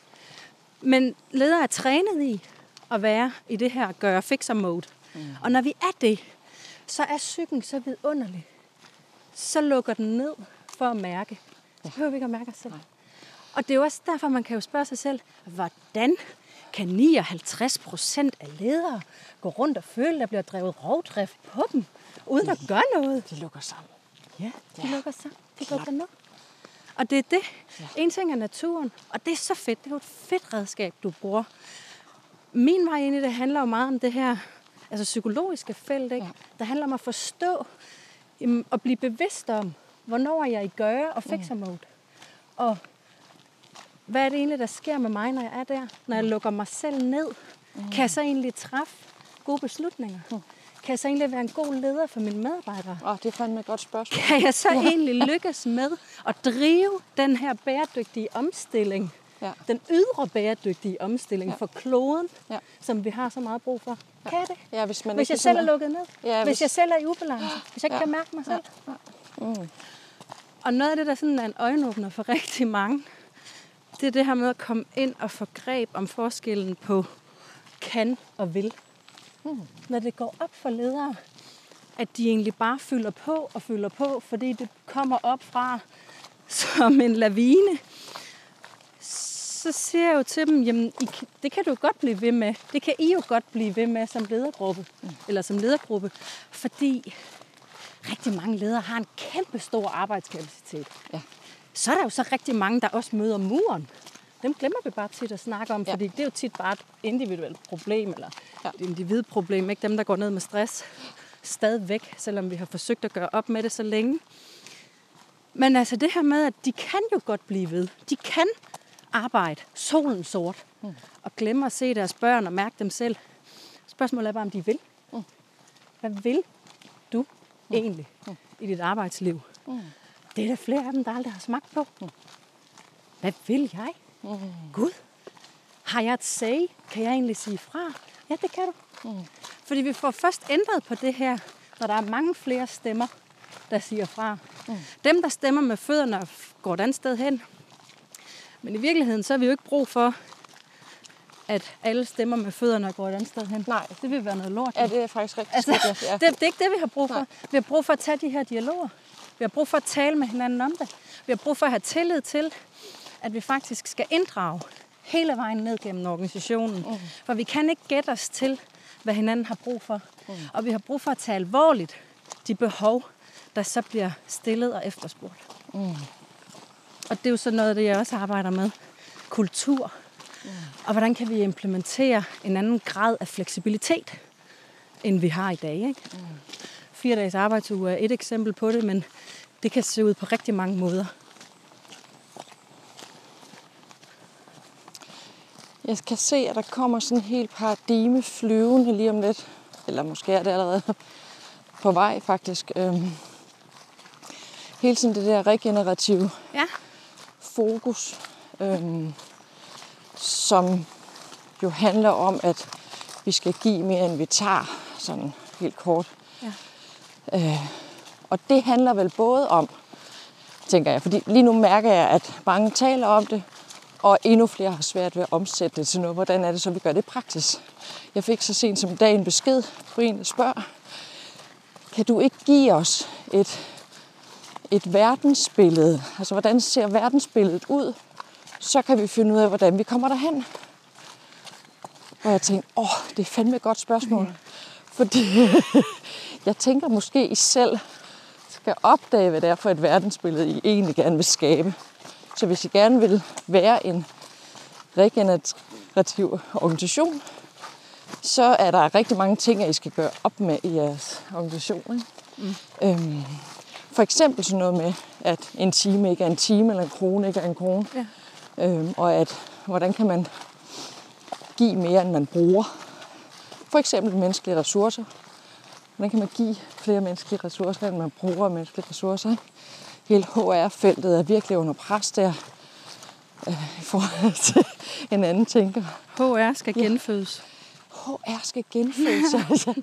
Men ledere er trænet i at være i det her gøre fixer mode. Og når vi er det, så er psyken så vidunderlig. Så lukker den ned for at mærke. Så behøver vi ikke at mærke os selv. Og det er jo også derfor, man kan jo spørge sig selv, hvordan kan 59% af ledere gå rundt og føle, at der bliver drevet rovdrift på dem, uden at gøre noget? De lukker sammen. Ja, de lukker sammen. De lukker ned. Og det er det. En ting er naturen, og det er så fedt. Det er jo et fedt redskab, du bruger. Min vej ind i det handler jo meget om det her altså psykologiske felt, ikke? Der handler om at forstå og blive bevidst om, hvornår er jeg i gøre og fixer mode. Og hvad er det egentlig, der sker med mig, når jeg er der? Når jeg lukker mig selv ned? Kan jeg så egentlig træffe gode beslutninger? Kan jeg så egentlig være en god leder for mine medarbejdere? Det er fandme et godt spørgsmål. Kan jeg så egentlig lykkes med at drive den her bæredygtige omstilling? Ja. Den ydre bæredygtige omstilling for kloden, som vi har så meget brug for. Kan jeg det? Ja, hvis jeg selv er lukket ned? Ja, hvis jeg selv er i ubalance? Hvis jeg ikke kan mærke mig selv? Og noget af det, der sådan er en øjenåbner for rigtig mange, det er det her med at komme ind og få greb om forskellen på kan og vil. Når det går op for ledere, at de egentlig bare fylder på, fordi det kommer op fra som en lavine, så siger jeg jo til dem, jamen det kan du godt blive ved med. Det kan I jo godt blive ved med som ledergruppe, eller som ledergruppe, fordi rigtig mange ledere har en kæmpe stor arbejdskapacitet. Ja. Så er der jo så rigtig mange, der også møder muren. Dem glemmer vi bare tit at snakke om, fordi det er jo tit bare et individuelt problem, eller et individproblem, ikke dem, der går ned med stress stadigvæk, selvom vi har forsøgt at gøre op med det så længe. Men altså det her med, at de kan jo godt blive ved. De kan arbejde solen sort, og glemme at se deres børn og mærke dem selv. Spørgsmålet er bare, om de vil. Hvad vil du egentlig i dit arbejdsliv? Det er der flere af dem, der aldrig har smagt på. Hvad vil jeg? Gud, har jeg et say? Kan jeg egentlig sige fra? Ja, det kan du. Fordi vi får først ændret på det her, når der er mange flere stemmer, der siger fra. Dem, der stemmer med fødderne, går et andet sted hen. Men i virkeligheden, så har vi jo ikke brug for, at alle stemmer med fødderne og går et andet sted hen. Nej. Det vil være noget lort. Ja, det er faktisk rigtig Altså, skidt, ja. det er ikke det, vi har brug for. Nej. Vi har brug for at tage de her dialoger. Vi har brug for at tale med hinanden om det. Vi har brug for at have tillid til, at vi faktisk skal inddrage hele vejen ned gennem organisationen. For vi kan ikke gætte os til, hvad hinanden har brug for. Og vi har brug for at tage alvorligt de behov, der så bliver stillet og efterspurgt. Og det er jo så noget af det, jeg også arbejder med. Kultur. Og hvordan kan vi implementere en anden grad af fleksibilitet, end vi har i dag. Ikke? 4 dages arbejdsuge er et eksempel på det, men det kan se ud på rigtig mange måder. Jeg kan se, at der kommer sådan en helt paradigme flyvende lige om lidt. Eller måske er det allerede på vej, faktisk. Hele tiden det der regenerative fokus, som jo handler om, at vi skal give mere, end vi tager, sådan helt kort. Ja. Og det handler vel både om, tænker jeg, fordi lige nu mærker jeg, at mange taler om det, og endnu flere har svært ved at omsætte det til noget. Hvordan er det så, vi gør det praktisk? Jeg fik så sent som dag en besked på en, der spørger, kan du ikke give os et verdensbillede? Altså, hvordan ser verdensbilledet ud? Så kan vi finde ud af, hvordan vi kommer derhen. Og jeg tænkte, det er fandme et godt spørgsmål. Fordi jeg tænker måske, I selv skal opdage, hvad det er for et verdensbillede, I egentlig gerne vil skabe. Så hvis I gerne vil være en regenerativ organisation, så er der rigtig mange ting, I skal gøre op med i jeres organisation. Ikke? For eksempel sådan noget med, at en time ikke er en time, eller en krone ikke er en krone. Ja. Og at, hvordan kan man give mere, end man bruger. For eksempel menneskelige ressourcer. Hvordan kan man give flere menneskelige ressourcer, end man bruger menneskelige ressourcer? Hele HR-feltet er virkelig under pres der, i forhold til en anden tænker. HR skal genfødes. HR skal genfødes,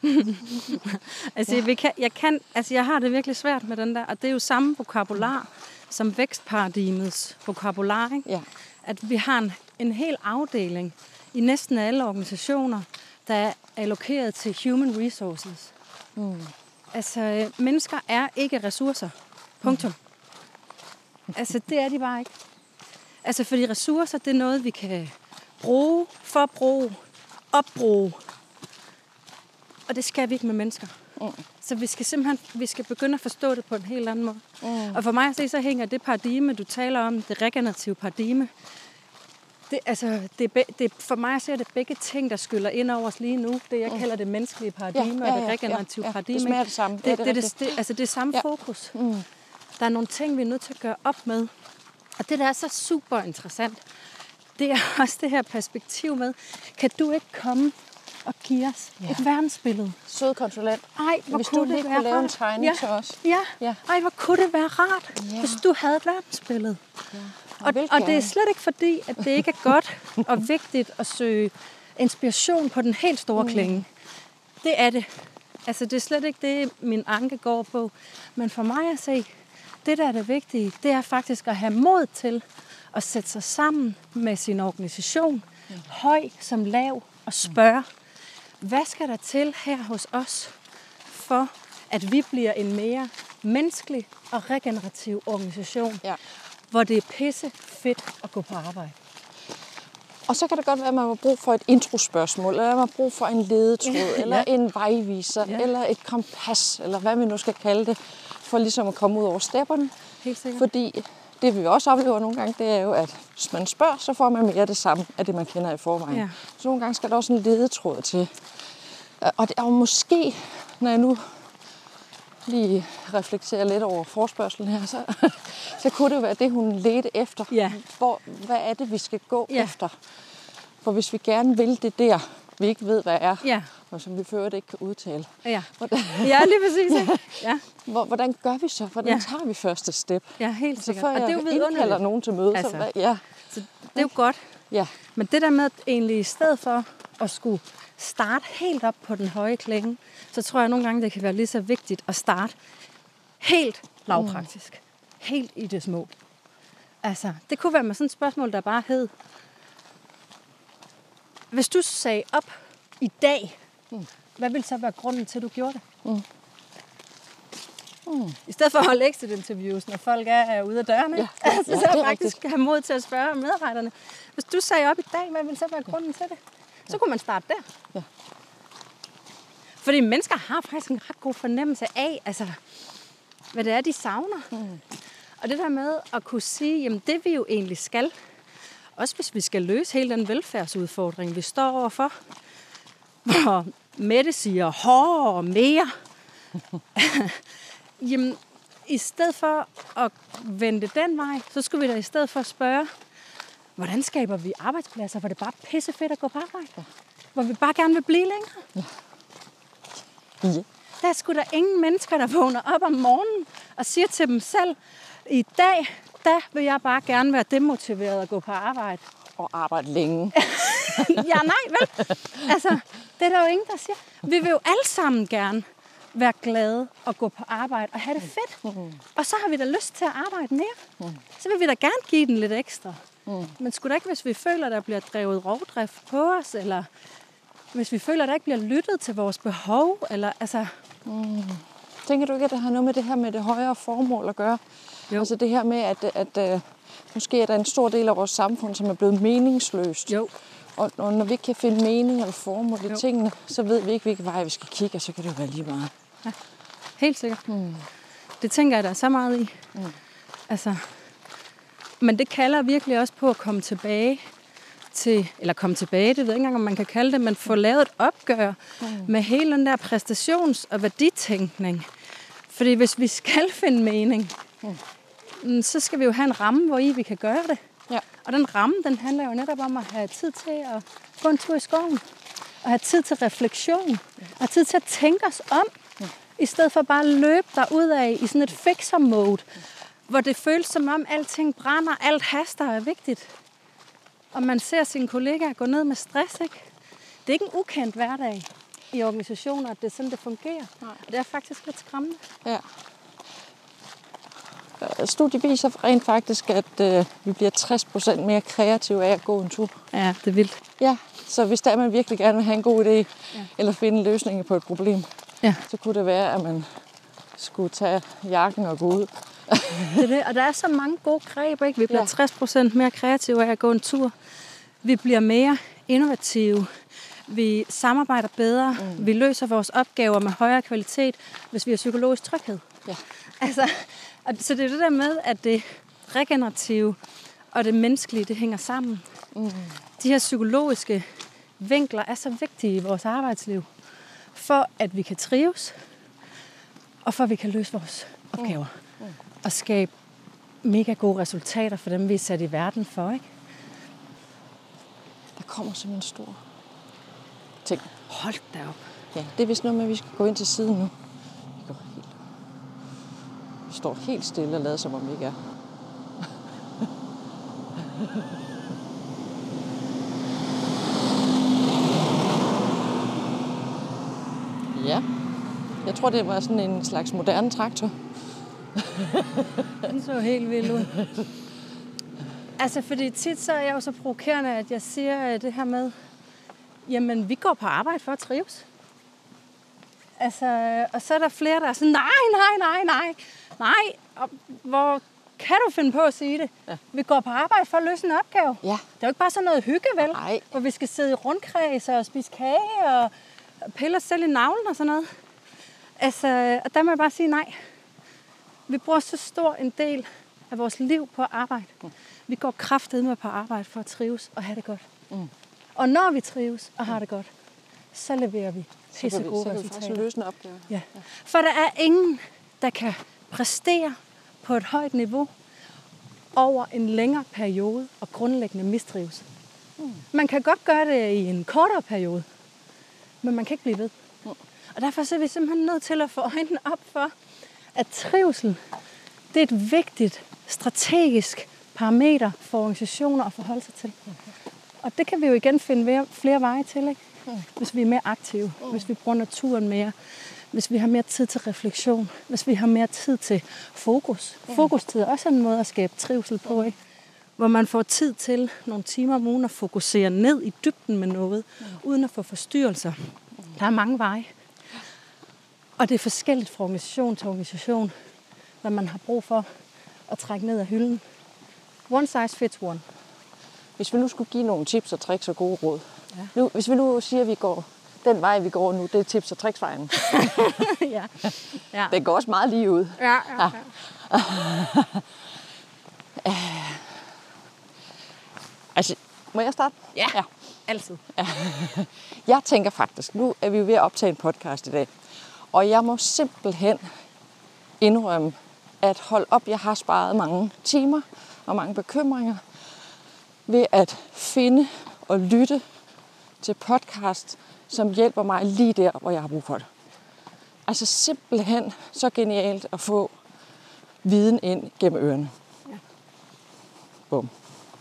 altså. Jeg har det virkelig svært med den der, og det er jo samme vokabular som vækstparadigmets vokabular, ikke? Ja. At vi har en hel afdeling i næsten alle organisationer, der er allokeret til human resources. Altså, mennesker er ikke ressourcer. Punktum. Altså, det er de bare ikke. Altså, fordi ressourcer, det er noget, vi kan bruge, forbruge, opbruge. Og det skal vi ikke med mennesker. Så vi skal begynde at forstå det på en helt anden måde. Og for mig at se, så hænger det paradigme, du taler om, det regenerative paradigme, for mig at se, det begge ting, der skyller ind over os lige nu. Det, jeg kalder det menneskelige paradigme, og det regenerative paradigme. Det smager det samme. Det er samme fokus. Der er nogle ting, vi er nødt til at gøre op med. Og det, der er så super interessant, det er også det her perspektiv med, kan du ikke komme og give os et verdensbillede? Sød konsulent. Ej, hvor hvis kunne du det være kunne lave rart. en tegning til os. Ja. Ej, hvor kunne det være rart, hvis du havde et verdensbillede. Ja. Og det er slet ikke fordi, at det ikke er godt og vigtigt at søge inspiration på den helt store klinge. Det er det. Altså, det er slet ikke det, min anke går på. Men for mig at se, det der er det vigtige, det er faktisk at have mod til at sætte sig sammen med sin organisation, høj som lav, og spørge, hvad skal der til her hos os, for at vi bliver en mere menneskelig og regenerativ organisation, hvor det er pisse fedt at gå på arbejde. Og så kan det godt være, at man har brug for et introspørgsmål, eller man har brug for en ledetråd, eller en vejviser, eller et kompas, eller hvad vi nu skal kalde det, for ligesom at komme ud over stepperne. Helt sikkert. Fordi det vi også oplever nogle gange, det er jo, at hvis man spørger, så får man mere det samme af det, man kender i forvejen. Ja. Så nogle gange skal der også en ledetråd til. Og det er jo måske, når jeg nu lige reflekterer lidt over forespørgselen her, så kunne det jo være det, hun ledte efter. Ja. Hvad er det, vi skal gå efter? For hvis vi gerne vil det der, vi ikke ved, hvad er, og som vi før ikke kan udtale. Ja, lige præcis. Ja. Hvordan gør vi så? Hvordan tager vi første step? Ja, helt sikkert. Så før jeg indkalder nogen til møde. Altså, så det er jo godt. Ja. Men det der med egentlig i stedet for at skulle starte helt op på den høje klinge, så tror jeg nogle gange, det kan være lige så vigtigt at starte helt lavpraktisk. Helt i det små. Altså, det kunne være med sådan et spørgsmål, der bare hed, Hvis du sagde op i dag, hvad ville så være grunden til, at du gjorde det? I stedet for at holde exit-interviews, når folk er ude af dørene. Ja, så jeg faktisk have mod til at spørge medarbejderne. Hvis du sagde op i dag, hvad ville så være grunden til det? Så kunne man starte der. Ja. Fordi mennesker har faktisk en ret god fornemmelse af, altså, hvad det er, de savner. Og det der med at kunne sige, jamen det vi jo egentlig skal, også hvis vi skal løse hele den velfærdsudfordring, vi står overfor, hvor Mette siger, hårdere, mere. Jamen, i stedet for at vende den vej, så skulle vi da i stedet for spørge, hvordan skaber vi arbejdspladser, hvor det bare er pissefedt at gå på arbejde? Hvor vi bare gerne vil blive længere? Ja. Der er sgu da ingen mennesker, der vågner op om morgenen og siger til dem selv, i dag, der vil jeg bare gerne være demotiveret at gå på arbejde. Og arbejde længe. Ja, nej, vel? Altså, det er der jo ingen, der siger. Vi vil jo alle sammen gerne være glade og gå på arbejde og have det fedt. Og så har vi da lyst til at arbejde mere. Så vil vi da gerne give den lidt ekstra. Men sgu da ikke, hvis vi føler, at der bliver drevet rovdrift på os, eller hvis vi føler, at der ikke bliver lyttet til vores behov, eller altså... Tænker du ikke, at det har noget med det her med det højere formål at gøre? Jo. Altså det her med, at måske er der en stor del af vores samfund, som er blevet meningsløst. Jo. Og når vi ikke kan finde mening eller formål i tingene, så ved vi ikke, hvilken vej vi skal kigge, og så kan det jo være lige meget. Ja, helt sikkert. Det tænker jeg, der er så meget i. Altså, men det kalder virkelig også på at komme tilbage til, eller komme tilbage, det ved jeg ikke engang, om man kan kalde det, men få lavet et opgør med hele den der præstations- og værditænkning. Fordi hvis vi skal finde mening, så skal vi jo have en ramme, hvor vi kan gøre det. Ja. Og den ramme, den handler jo netop om at have tid til at gå en tur i skoven. Og have tid til refleksion. Og have tid til at tænke os om. I stedet for bare at løbe derudad i sådan et fixer-mode. Hvor det føles som om alting brænder, alt haster er vigtigt. Og man ser sine kollegaer gå ned med stress, ikke? Det er ikke en ukendt hverdag i organisationer, at det er sådan, det fungerer. Nej. Og det er faktisk lidt skræmmende. Ja. Studiet viser rent faktisk, at vi bliver 60% mere kreative af at gå en tur. Ja, det er vildt. Ja, så hvis der man virkelig gerne vil have en god idé, eller finde løsninger på et problem, så kunne det være, at man skulle tage jakken og gå ud. Det er det, og der er så mange gode greb, ikke? Vi bliver 60% mere kreative af at gå en tur. Vi bliver mere innovative. Vi samarbejder bedre. Vi løser vores opgaver med højere kvalitet, hvis vi har psykologisk tryghed. Ja. Altså, så det er det der med, at det regenerative og det menneskelige, det hænger sammen. De her psykologiske vinkler er så vigtige i vores arbejdsliv, for at vi kan trives, og for at vi kan løse vores opgaver. Og skabe mega gode resultater for dem, vi er sat i verden for, ikke? Der kommer simpelthen en stor ting. Hold da op. Ja, det er vist noget med, at vi skal gå ind til siden nu. Vi står helt stille og lader, som om vi ikke er. Ja, jeg tror, det var sådan en slags moderne traktor. Den så helt vild ud. Altså, fordi tit så er jeg jo så provokerende, at jeg siger det her med, jamen, vi går på arbejde for at trives. Altså, og så er der flere, der er sådan, nej, og hvor kan du finde på at sige det? Ja. Vi går på arbejde for at løse en opgave. Ja. Det er jo ikke bare sådan noget hygge, vel? Nej. Hvor vi skal sidde i rundkreds og spise kage og pille os selv i navlen og sådan noget. Altså, og der må jeg bare sige nej. Vi bruger så stor en del af vores liv på at arbejde. Vi går kraftedeme på arbejde for at trives og have det godt. Og når vi trives og har det godt, så leverer vi pisse gode resultater. Så løse en opgave. Ja. For der er ingen, der kan præstere på et højt niveau over en længere periode og grundlæggende mistrives. Man kan godt gøre det i en kortere periode, men man kan ikke blive ved. Og derfor så er vi simpelthen nødt til at få øjnene op for, at trivsel, det er et vigtigt strategisk parameter for organisationer at forholde sig til. Og det kan vi jo igen finde flere veje til, ikke? Hvis vi er mere aktive, hvis vi bruger naturen mere, hvis vi har mere tid til refleksion, hvis vi har mere tid til fokus. Fokustid er også en måde at skabe trivsel på, ikke? hvor man får tid til nogle timer om ugen at fokusere ned i dybden med noget, uden at få forstyrrelser. Der er mange veje. Og det er forskelligt fra organisation til organisation, hvad man har brug for at trække ned af hylden. One size fits one. Hvis vi nu skulle give nogle tips og tricks og gode råd. Ja. Hvis vi nu siger, at vi går den vej, vi går nu, det er tips og tricks-vejen. Ja. Ja. Det går også meget lige ud. Ja. Altså, må jeg starte? Ja. Altid. Jeg tænker faktisk, nu er vi ved at optage en podcast i dag, og jeg må simpelthen indrømme, at hold op, jeg har sparet mange timer og mange bekymringer ved at finde og lytte til podcast, som hjælper mig lige der, hvor jeg har brug for det. Altså simpelthen så genialt at få viden ind gennem ørerne. Ja. Bum.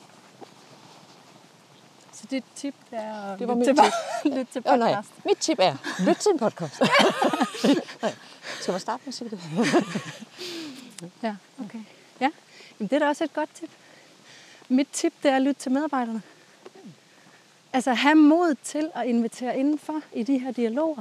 Så dit tip er at Det var mit lytte til podcast? Nej, mit tip er, lyt til en podcast. Skal man starte med at sige det? Ja, okay. Ja, jamen, det er da også et godt tip. Mit tip, det er at lytte til medarbejderne. Altså have mod til at invitere indenfor i de her dialoger.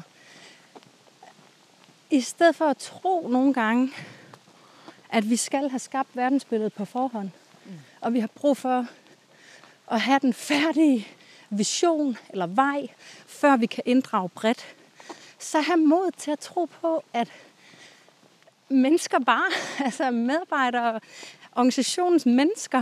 I stedet for at tro nogle gange, at vi skal have skabt verdensbilledet på forhånd. Og vi har brug for at have den færdige vision eller vej, før vi kan inddrage bredt. Så have mod til at tro på, at mennesker bare, altså medarbejdere, organisationens mennesker,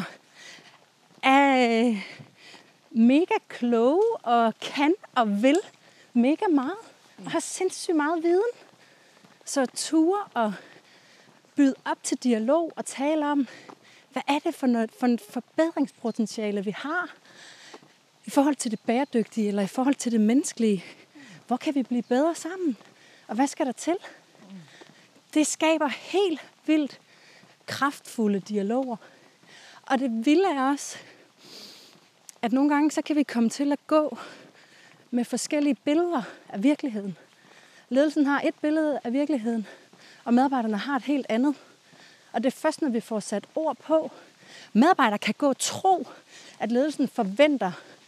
er mega kloge og kan og vil mega meget. Og har sindssygt meget viden. Så ture og byde op til dialog og tale om, hvad er det for en forbedringspotentiale, vi har i forhold til det bæredygtige eller i forhold til det menneskelige. Hvor kan vi blive bedre sammen? Og hvad skal der til? Det skaber helt vildt kraftfulde dialoger. Og det vilde er også, at nogle gange så kan vi komme til at gå med forskellige billeder af virkeligheden. Ledelsen har et billede af virkeligheden, og medarbejderne har et helt andet. Og det er først, når vi får sat ord på. Medarbejdere kan gå og tro, at ledelsen forventer,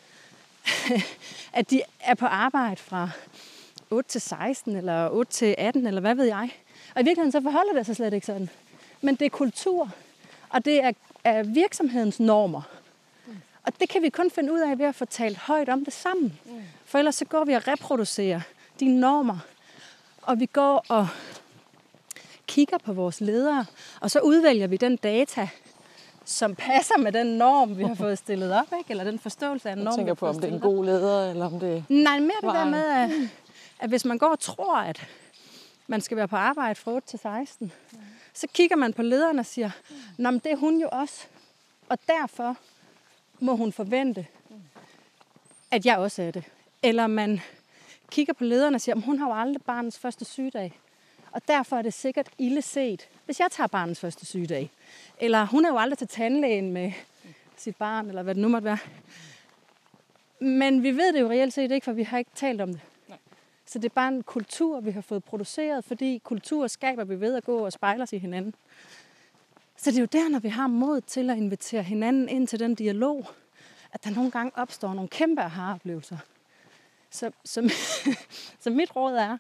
at de er på arbejde fra 8 til 16, eller 8 til 18, eller hvad ved jeg. Og i virkeligheden så forholder det sig slet ikke sådan. Men det er kultur, og det er virksomhedens normer. Og det kan vi kun finde ud af ved at få talt højt om det sammen. For ellers så går vi og reproducerer de normer. Og vi går og kigger på vores ledere, og så udvælger vi den data, som passer med den norm, vi har fået stillet op, ikke? Eller den forståelse af en norm. Jeg tænker på, om det er en god leder, eller om det... Nej, mere det der med, at hvis man går og tror, at man skal være på arbejde fra 8 til 16, så kigger man på lederen og siger, nå, men det er hun jo også. Og derfor må hun forvente, at jeg også er det. Eller man kigger på lederen og siger, at hun har jo aldrig barnets første sygedag. Og derfor er det sikkert ilde set, hvis jeg tager barnets første sygedag. Eller hun er jo aldrig til tandlægen med sit barn, eller hvad det nu måtte være. Men vi ved det jo reelt set ikke, for vi har ikke talt om det. Nej. Så det er bare en kultur, vi har fået produceret, fordi kultur skaber vi ved at gå og spejle os i hinanden. Så det er jo der, når vi har mod til at invitere hinanden ind til den dialog, at der nogle gange opstår nogle kæmpe aha-oplevelser. Så mit råd er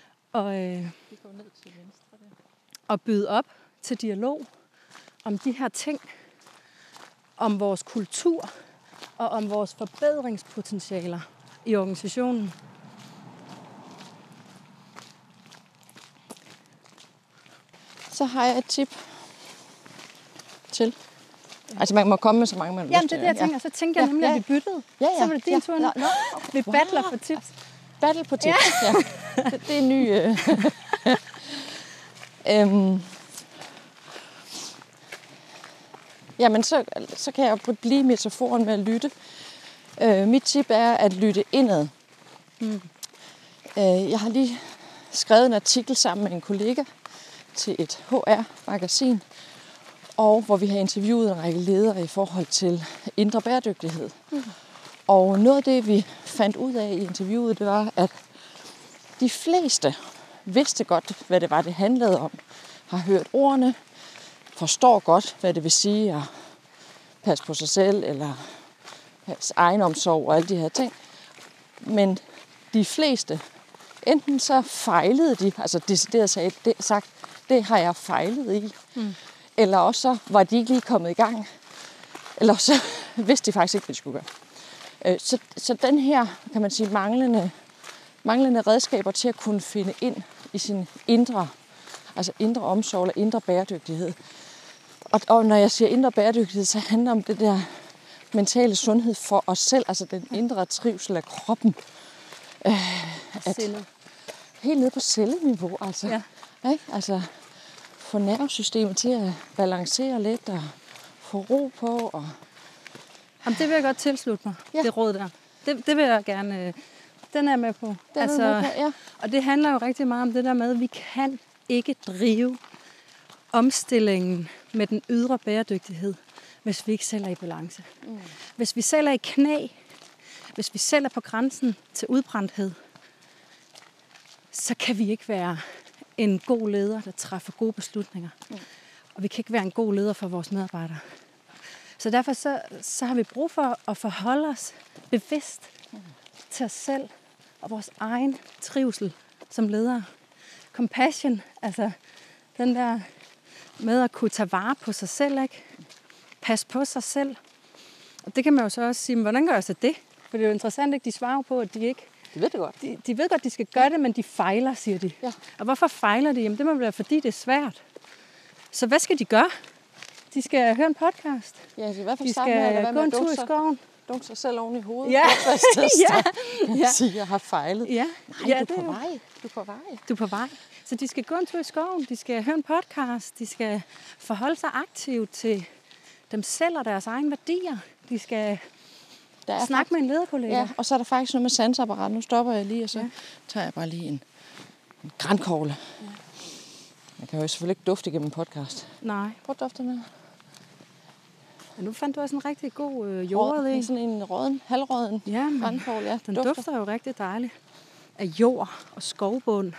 at byde op til dialog om de her ting, om vores kultur og om vores forbedringspotentialer i organisationen. Så har jeg et tip til. Altså man må komme med så mange, man har Jamen lyst det til. er det, jeg tænker. Så tænker jeg nemlig, at vi byttede. Så var det din tur nu. Vi battler for tips. Battle på tips, ja. Det er en ny... Jamen, så kan jeg blive metaforen med at lytte. Mit tip er at lytte indad. Jeg har lige skrevet en artikel sammen med en kollega til et HR-magasin, og hvor vi har interviewet en række ledere i forhold til indre bæredygtighed. Og noget af det, vi fandt ud af i interviewet, det var, at de fleste vidste godt, hvad det var, det handlede om. Har hørt ordene, forstår godt, hvad det vil sige at passe på sig selv, eller egenomsorg og alle de her ting. Men de fleste, enten så fejlede de, altså decideret sagt, det har jeg fejlet i. Eller også så var de ikke lige kommet i gang. Eller så vidste de faktisk ikke, hvad de skulle gøre. Så den her, kan man sige, manglende redskaber til at kunne finde ind i sin indre omsorg eller indre bæredygtighed. Og når jeg siger indre bæredygtighed, så handler det om det der mentale sundhed for os selv, altså den indre trivsel af kroppen. Helt nede på celleniveau, altså. Ja. Ikke? Altså få nervesystemet til at balancere lidt og få ro på. Og... Jamen, det vil jeg godt tilslutte mig, det råd der. Det vil jeg gerne... Den er jeg med på. Og det handler jo rigtig meget om det der med, at vi kan ikke drive omstillingen med den ydre bæredygtighed, hvis vi ikke selv er i balance. Hvis vi selv er i knæ, hvis vi selv er på grænsen til udbrændthed, så kan vi ikke være en god leder, der træffer gode beslutninger. Og vi kan ikke være en god leder for vores medarbejdere. Så derfor så har vi brug for at forholde os bevidst til os selv og vores egen trivsel som ledere. Compassion, altså den der med at kunne tage vare på sig selv, ikke? Passe på sig selv. Og det kan man jo så også sige, men hvordan gør jeg så det? For det er jo interessant, ikke? De svarer på, at de ikke... De ved det godt. De ved godt, de skal gøre det, men de fejler, siger de. Ja. Og hvorfor fejler de? Jamen det må være, fordi det er svært. Så hvad skal de gøre? De skal høre en podcast. Ja, i hvert fald de skal gå en tur i skoven. Dunke sig selv oven i hovedet. Ja. Sige, jeg har fejlet. Ja. Nej, du er på vej. Du er på vej. Så de skal gå en tur i skoven, de skal høre en podcast, de skal forholde sig aktivt til dem selv og deres egne værdier. De skal snakke med en lederkollega. Ja, og så er der faktisk noget med sansapparat. Nu stopper jeg lige, og så tager jeg bare lige en grankogle. Ja. Jeg kan jo selvfølgelig ikke dufte igennem en podcast. Nej. Prøv at dufte med. Ja, nu fandt du også en rigtig god jordet i. Sådan en halvråden grankogle. Ja, den dufter jo rigtig dejligt af jord og skovbund.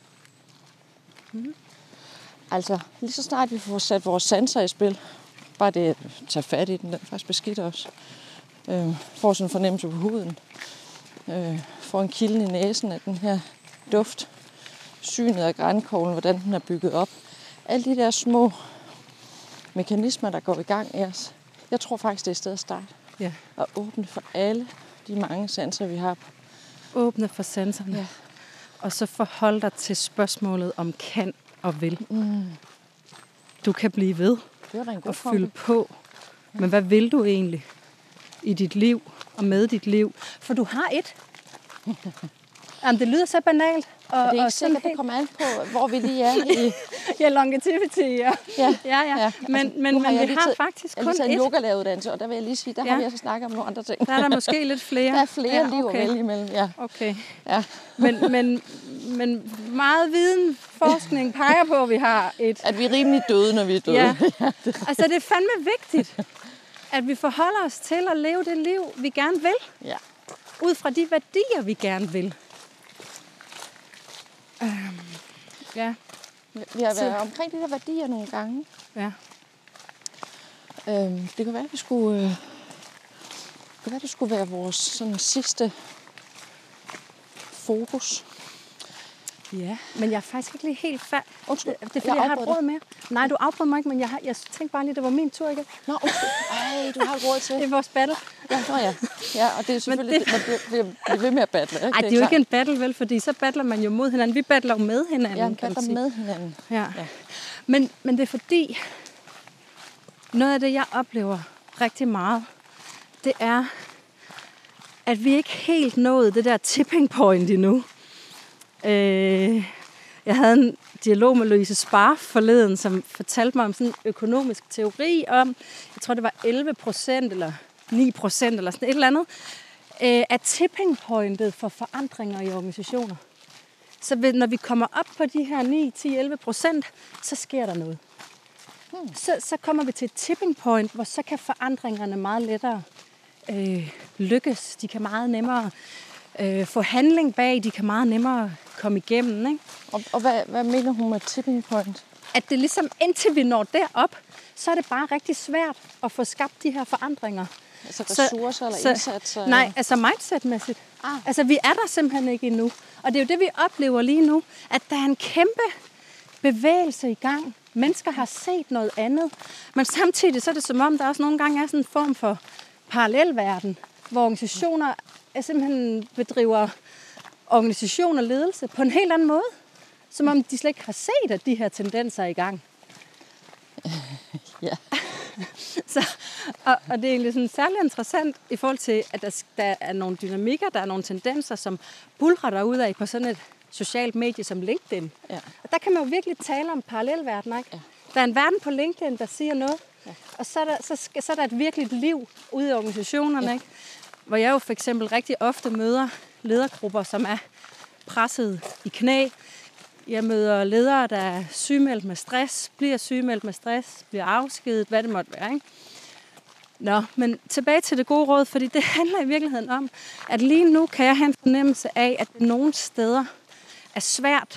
Altså, lige så snart vi får sat vores sanser i spil, bare det at tage fat i den er faktisk beskidt også. Får sådan en fornemmelse på huden. Får en kilden i næsen af den her duft. Synet af grankoglen, hvordan den er bygget op. Alle de der små mekanismer, der går i gang i os. Jeg tror faktisk, det er et sted at starte. Ja. Og åbne for alle de mange sanser, vi har. Åbne for sanserne. Ja. Og så forhold dig til spørgsmålet om kan og vil. Du kan blive ved og fylde på. Men hvad vil du egentlig i dit liv og med dit liv? For du har et. Jamen, det lyder så banalt. Og det er ikke sikkert, det kommer an på, hvor vi lige er i... Ja, longevity, ja. Men vi har faktisk kun et. Jeg har lige en yogalæreruddannelse, og der vil jeg lige sige, der har vi altså snakket om nogle andre ting. Der er der måske lidt flere. Der er flere liv at vælge imellem, ja. Okay. Ja. Men meget viden, forskning peger på, at vi har et... At vi er rimelig døde, når vi er døde. Ja. Altså, det er fandme vigtigt, at vi forholder os til at leve det liv, vi gerne vil. Ja. Ud fra de værdier, vi gerne vil. Ja. Vi har været omkring de der værdier nogle gange. Ja. Det kan være, at det skulle være vores sådan sidste fokus. Ja, men jeg er faktisk ikke lige helt færdig. Undskyld, det er fordi, jeg har et råd mere. Nej, du afbrød mig ikke, men jeg tænkte bare lige, det var min tur igen. Nå, undskyld. Ej, du har et råd til. Det er vores battle. Ja, og det er selvfølgelig, man bliver ved med at battle. Nej, det er jo ikke en battle, vel, fordi så battler man jo mod hinanden. Vi battler jo med hinanden, ja, kan man sige. Med hinanden. Ja. Men det er fordi, noget af det, jeg oplever rigtig meget, det er, at vi ikke helt nået det der tipping point endnu. Jeg havde en dialog med Louise Sparf forleden, som fortalte mig om sådan en økonomisk teori om, jeg tror det var 11% eller 9% eller sådan et eller andet, af tipping pointet for forandringer i organisationer. Så når vi kommer op på de her 9-10-11%, så sker der noget. Så kommer vi til et tipping point, hvor så kan forandringerne meget lettere lykkes. De kan meget nemmere få handling bag, de kan meget nemmere komme igennem. Ikke? Og hvad mener hun med tipping point? at det ligesom, indtil vi når derop, så er det bare rigtig svært at få skabt de her forandringer. Altså ressourcer eller indsatser? Nej, altså mindsetmæssigt. Altså vi er der simpelthen ikke endnu. Og det er jo det, vi oplever lige nu, at der er en kæmpe bevægelse i gang. Mennesker har set noget andet. Men samtidig så er det som om, der også nogle gange er sådan en form for parallelverden, hvor organisationer simpelthen bedriver organisation og ledelse på en helt anden måde. Som om de slet ikke har set, at de her tendenser er i gang. Ja. Og det er egentlig sådan særlig interessant i forhold til, at der er nogle dynamikker, der er nogle tendenser, som buldrer derudad på sådan et socialt medie som LinkedIn. Ja. Og der kan man jo virkelig tale om parallelverden, ikke? Ja. Der er en verden på LinkedIn, der siger noget, og så er der et virkeligt liv ude i organisationerne, ikke? Hvor jeg jo for eksempel rigtig ofte møder ledergrupper, som er presset i knæ. Jeg møder ledere, der er sygemeldt med stress, bliver sygemeldt med stress, bliver afskediget, hvad det måtte være, ikke? Nå, men tilbage til det gode råd, fordi det handler i virkeligheden om, at lige nu kan jeg have en fornemmelse af, at det nogle steder er svært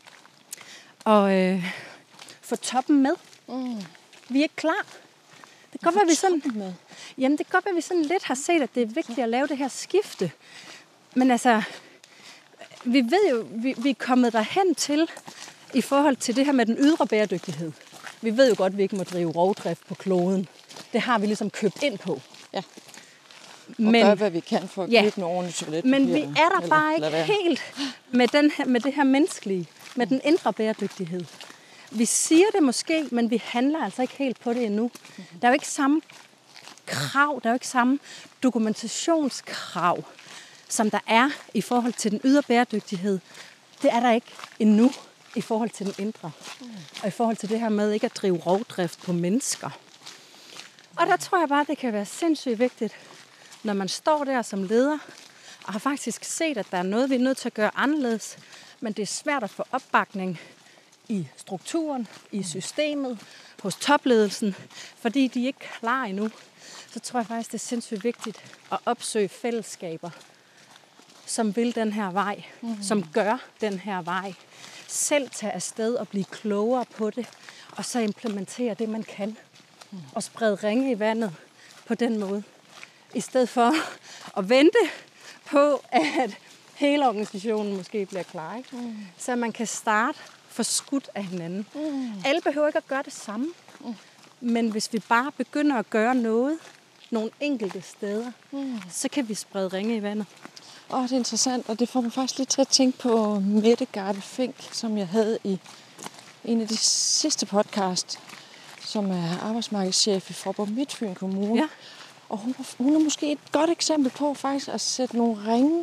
at få toppen med. Vi er ikke klar. Det kan godt være, vi sådan lidt har set, at det er vigtigt at lave det her skifte. Men altså, vi ved jo, vi er kommet derhen til, i forhold til det her med den ydre bæredygtighed. Vi ved jo godt, at vi ikke må drive rovdrift på kloden. Det har vi ligesom købt ind på. Ja. Og gør, hvad vi kan for at købe en ordentlig toiletpapir. Men vi er der bare ikke helt med det her menneskelige, med den indre bæredygtighed. Vi siger det måske, men vi handler altså ikke helt på det endnu. Der er jo ikke samme krav, der er jo ikke samme dokumentationskrav, som der er i forhold til den ydre bæredygtighed. Det er der ikke endnu i forhold til den indre. Og i forhold til det her med ikke at drive rovdrift på mennesker. Og der tror jeg bare, det kan være sindssygt vigtigt, når man står der som leder, og har faktisk set, at der er noget, vi er nødt til at gøre anderledes, men det er svært at få opbakning i strukturen, i systemet, hos topledelsen, fordi de er ikke klar endnu. Så tror jeg faktisk, det er sindssygt vigtigt at opsøge fællesskaber, som vil den her vej, som gør den her vej. Selv tage afsted og blive klogere på det, og så implementere det, man kan. Og sprede ringe i vandet på den måde. I stedet for at vente på, at hele organisationen måske bliver klar. Ikke? Så man kan starte forskudt af hinanden. Alle behøver ikke at gøre det samme. Men hvis vi bare begynder at gøre noget, nogle enkelte steder, så kan vi sprede ringe i vandet. Det er interessant, og det får mig faktisk lidt til at tænke på Mette Garde Fink, som jeg havde i en af de sidste podcast, som er arbejdsmarkedschef i Faaborg Midtfyn Kommune. Ja. Og hun er måske et godt eksempel på faktisk at sætte nogle ringe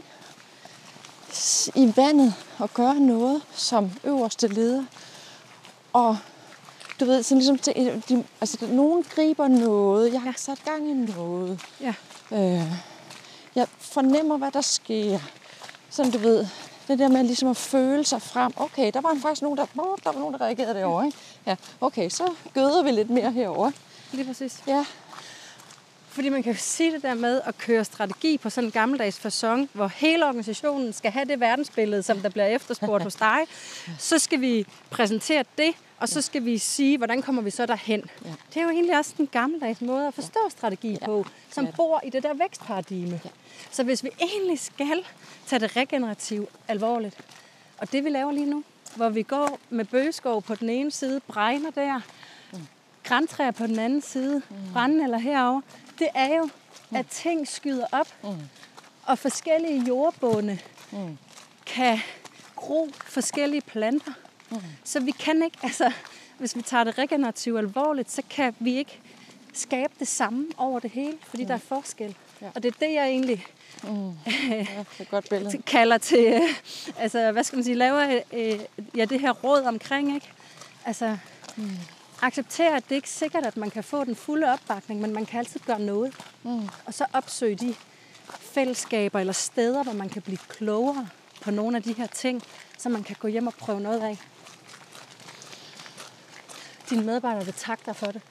i vandet og gøre noget som øverste leder. Og du ved, sådan ligesom, nogen griber noget. Jeg har sat gang i noget. Ja. Jeg fornemmer, hvad der sker. Sådan, du ved, det der med ligesom at føle sig frem. Okay, der var faktisk nogen, der reagerede derovre, ikke? Ja, okay, så gøder vi lidt mere herovre. Lige præcis. Ja. Fordi man kan jo sige det der med at køre strategi på sådan en gammeldags facon, hvor hele organisationen skal have det verdensbillede, som der bliver efterspurgt hos dig. Så skal vi præsentere det, og så skal vi sige, hvordan kommer vi så derhen. Ja. Det er jo egentlig også en gammeldags måde at forstå strategi på, som bor i det der vækstparadigme. Ja. Så hvis vi egentlig skal tage det regenerativt alvorligt, og det vi laver lige nu, hvor vi går med bøgeskov på den ene side, bregner der, grantræer på den anden side, brænde eller herovre, det er jo, at ting skyder op, og forskellige jordbunde kan gro forskellige planter. Så vi kan ikke, altså, hvis vi tager det regenerativt alvorligt, så kan vi ikke skabe det samme over det hele, fordi der er forskel. Ja. Og det er det, jeg egentlig godt kalder til, altså, hvad skal man sige, laver det her råd omkring, ikke? Altså, acceptere, at det ikke er sikkert, at man kan få den fulde opbakning, men man kan altid gøre noget. Og så opsøge de fællesskaber eller steder, hvor man kan blive klogere på nogle af de her ting, så man kan gå hjem og prøve noget af. Dine medarbejdere vil takke dig for det.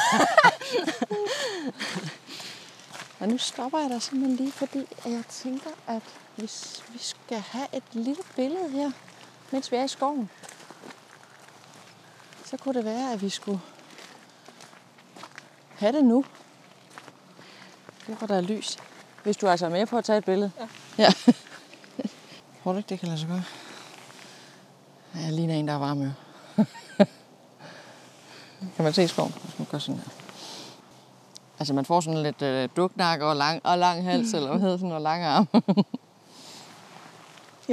Og nu stopper jeg der simpelthen lige, fordi jeg tænker, at hvis vi skal have et lille billede her, mens vi er i skoven, så kunne det være, at vi skulle have det nu. Det hvor der er lys. Hvis du altså er med på at tage et billede. Ja. Tror du ikke, det kan lade sig gøre? Ja, jeg ligner en, der er varm jo. Kan man se skoven? Hvis man gør sådan her. Altså man får sådan lidt duknakke og lang hals, eller hvad hedder sådan noget, lange arme. Ja.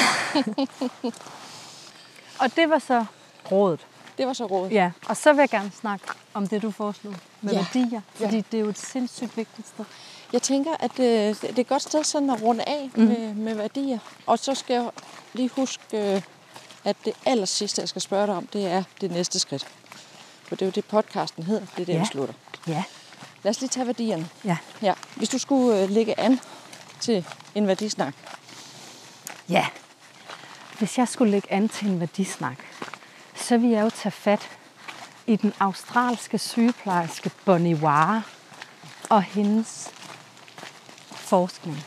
Og det var så rådet. Det var så rådet. Ja, og så vil jeg gerne snakke om det, du foreslog med værdier. Fordi det er jo et sindssygt vigtigt sted. Jeg tænker, at det er et godt sted sådan at runde af med værdier. Og så skal jeg lige huske, at det allersidste, jeg skal spørge dig om, det er det næste skridt. For det er jo det, podcasten hedder. Det er det, vi slutter. Ja. Lad os lige tage værdierne. Ja. Hvis du skulle lægge an til en værdisnak. Ja. Hvis jeg skulle lægge an til en værdisnak, så vil jeg jo tage fat i den australske sygeplejerske Bonnie Ware og hendes forskning,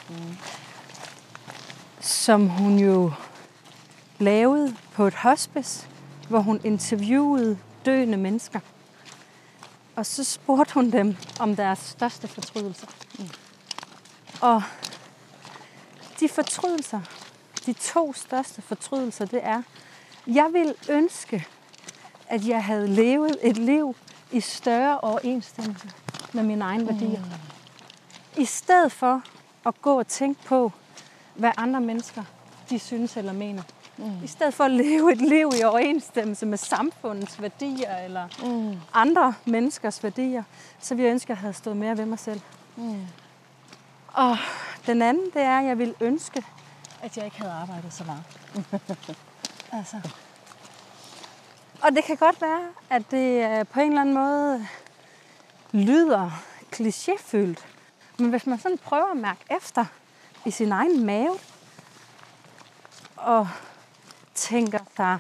som hun jo lavede på et hospice, hvor hun interviewede døende mennesker. Og så spurgte hun dem om deres største fortrydelser. Og de fortrydelser, de 2 største fortrydelser, det er, jeg ville ønske, at jeg havde levet et liv i større overensstemmelse med mine egne værdier. I stedet for at gå og tænke på, hvad andre mennesker de synes eller mener. I stedet for at leve et liv i overensstemmelse med samfundets værdier eller andre menneskers værdier, så ville jeg ønske, at jeg havde stået mere ved mig selv. Og den anden, det er, at jeg ville ønske, at jeg ikke havde arbejdet så meget. Altså. Og det kan godt være, at det på en eller anden måde lyder klichéfyldt. Men hvis man sådan prøver at mærke efter i sin egen mave, og tænker sig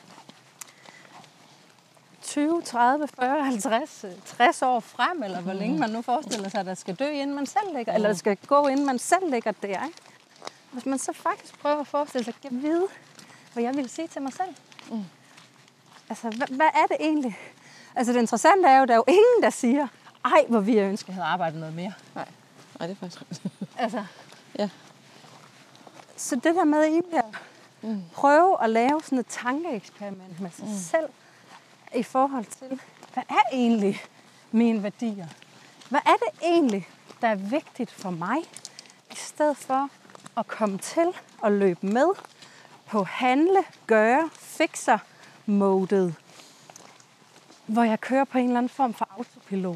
20, 30, 40, 50, 60 år frem, eller hvor længe man nu forestiller sig, at der skal dø, inden man selv ligger, eller der skal gå, inden man selv ligger der. Ikke? Hvis man så faktisk prøver at forestille sig, at jeg ved, hvad jeg vil sige til mig selv. Altså, hvad er det egentlig? Altså, det interessante er jo, at der er jo ingen, der siger, ej, hvor vi ønsker, at jeg havde arbejdet noget mere. Nej, det er faktisk rigtigt. Altså. Ja. Så det der med egentlig at prøve at lave sådan et tankeeksperiment med sig selv i forhold til, hvad er egentlig mine værdier? Hvad er det egentlig, der er vigtigt for mig, i stedet for at komme til at løbe med på handle, gøre, fikser modet, hvor jeg kører på en eller anden form for autopilot.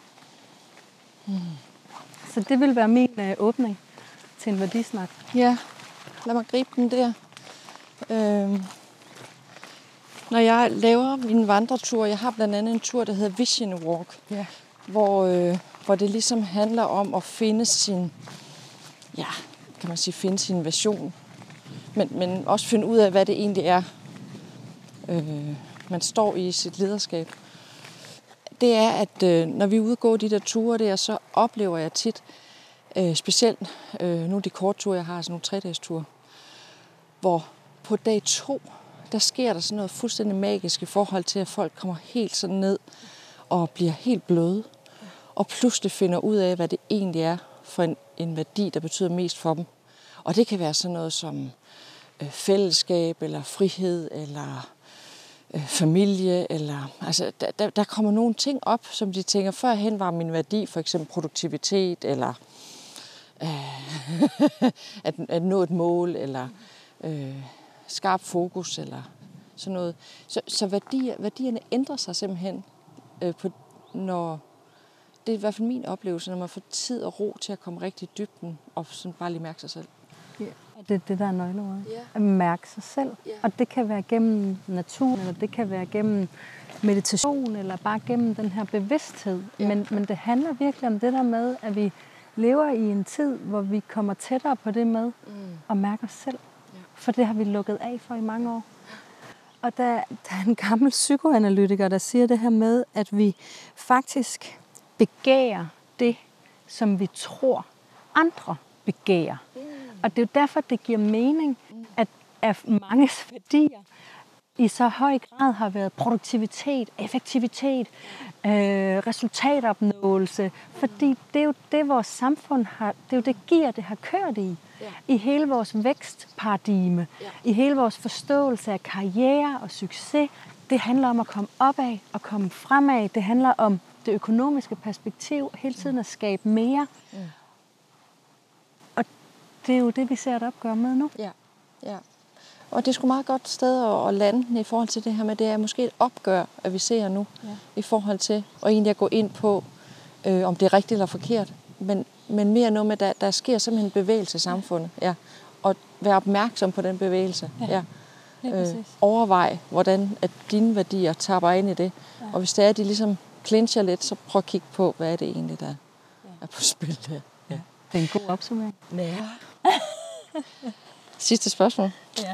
Så det vil være min åbning til en værdisnak. Ja, lad mig gribe den der. Når jeg laver min vandretur, jeg har blandt andet en tur, der hedder Vision Walk, hvor det ligesom handler om at finde sin, kan man sige, finde sin version, men også finde ud af, hvad det egentlig er, man står i sit lederskab. Det er, at når vi udgår de der ture der, så oplever jeg tit, specielt nu de korte ture, jeg har, sådan nogle 3-dages ture, hvor på dag 2, der sker der sådan noget fuldstændig magisk i forhold til, at folk kommer helt sådan ned og bliver helt bløde, og pludselig finder ud af, hvad det egentlig er for en værdi, der betyder mest for dem. Og det kan være sådan noget som fællesskab, eller frihed, eller familie, eller altså der kommer nogle ting op, som de tænker, førhen var min værdi, for eksempel produktivitet, eller at nå et mål, eller skarp fokus, eller sådan noget. Så værdierne ændrer sig simpelthen, når det er i hvert fald min oplevelse, når man får tid og ro til at komme rigtig i dybden, og sådan bare lige mærke sig selv. Ja, det er det, der er nøgleordet. Yeah. At mærke sig selv. Yeah. Og det kan være gennem naturen, eller det kan være gennem meditation, eller bare gennem den her bevidsthed. Yeah. Men det handler virkelig om det der med, at vi lever i en tid, hvor vi kommer tættere på det med at mærke os selv. Yeah. For det har vi lukket af for i mange år. Og der er en gammel psykoanalytiker, der siger det her med, at vi faktisk begærer det, som vi tror andre begærer. Og det er jo derfor, det giver mening, at manges værdier i så høj grad har været produktivitet, effektivitet, resultatopnåelse. Fordi det er jo det, vores samfund har, det er jo det gear, det har kørt i. I hele vores vækstparadigme, i hele vores forståelse af karriere og succes. Det handler om at komme opad og komme fremad. Det handler om det økonomiske perspektiv, hele tiden at skabe mere. Og det er jo det, vi ser et opgør med nu. Ja. Og det er sgu meget godt sted at lande i forhold til det her med, det er måske et opgør, at vi ser nu, i forhold til, og egentlig at gå ind på, om det er rigtigt eller forkert, men mere noget med, der sker simpelthen en bevægelse i samfundet, og være opmærksom på den bevægelse, overvej, hvordan at dine værdier tapper ind i det, og hvis det er, at de ligesom clincher lidt, så prøv at kigge på, hvad er det egentlig, der er på spil der. Ja. Det er en god opsummering. Ja. Sidste spørgsmål.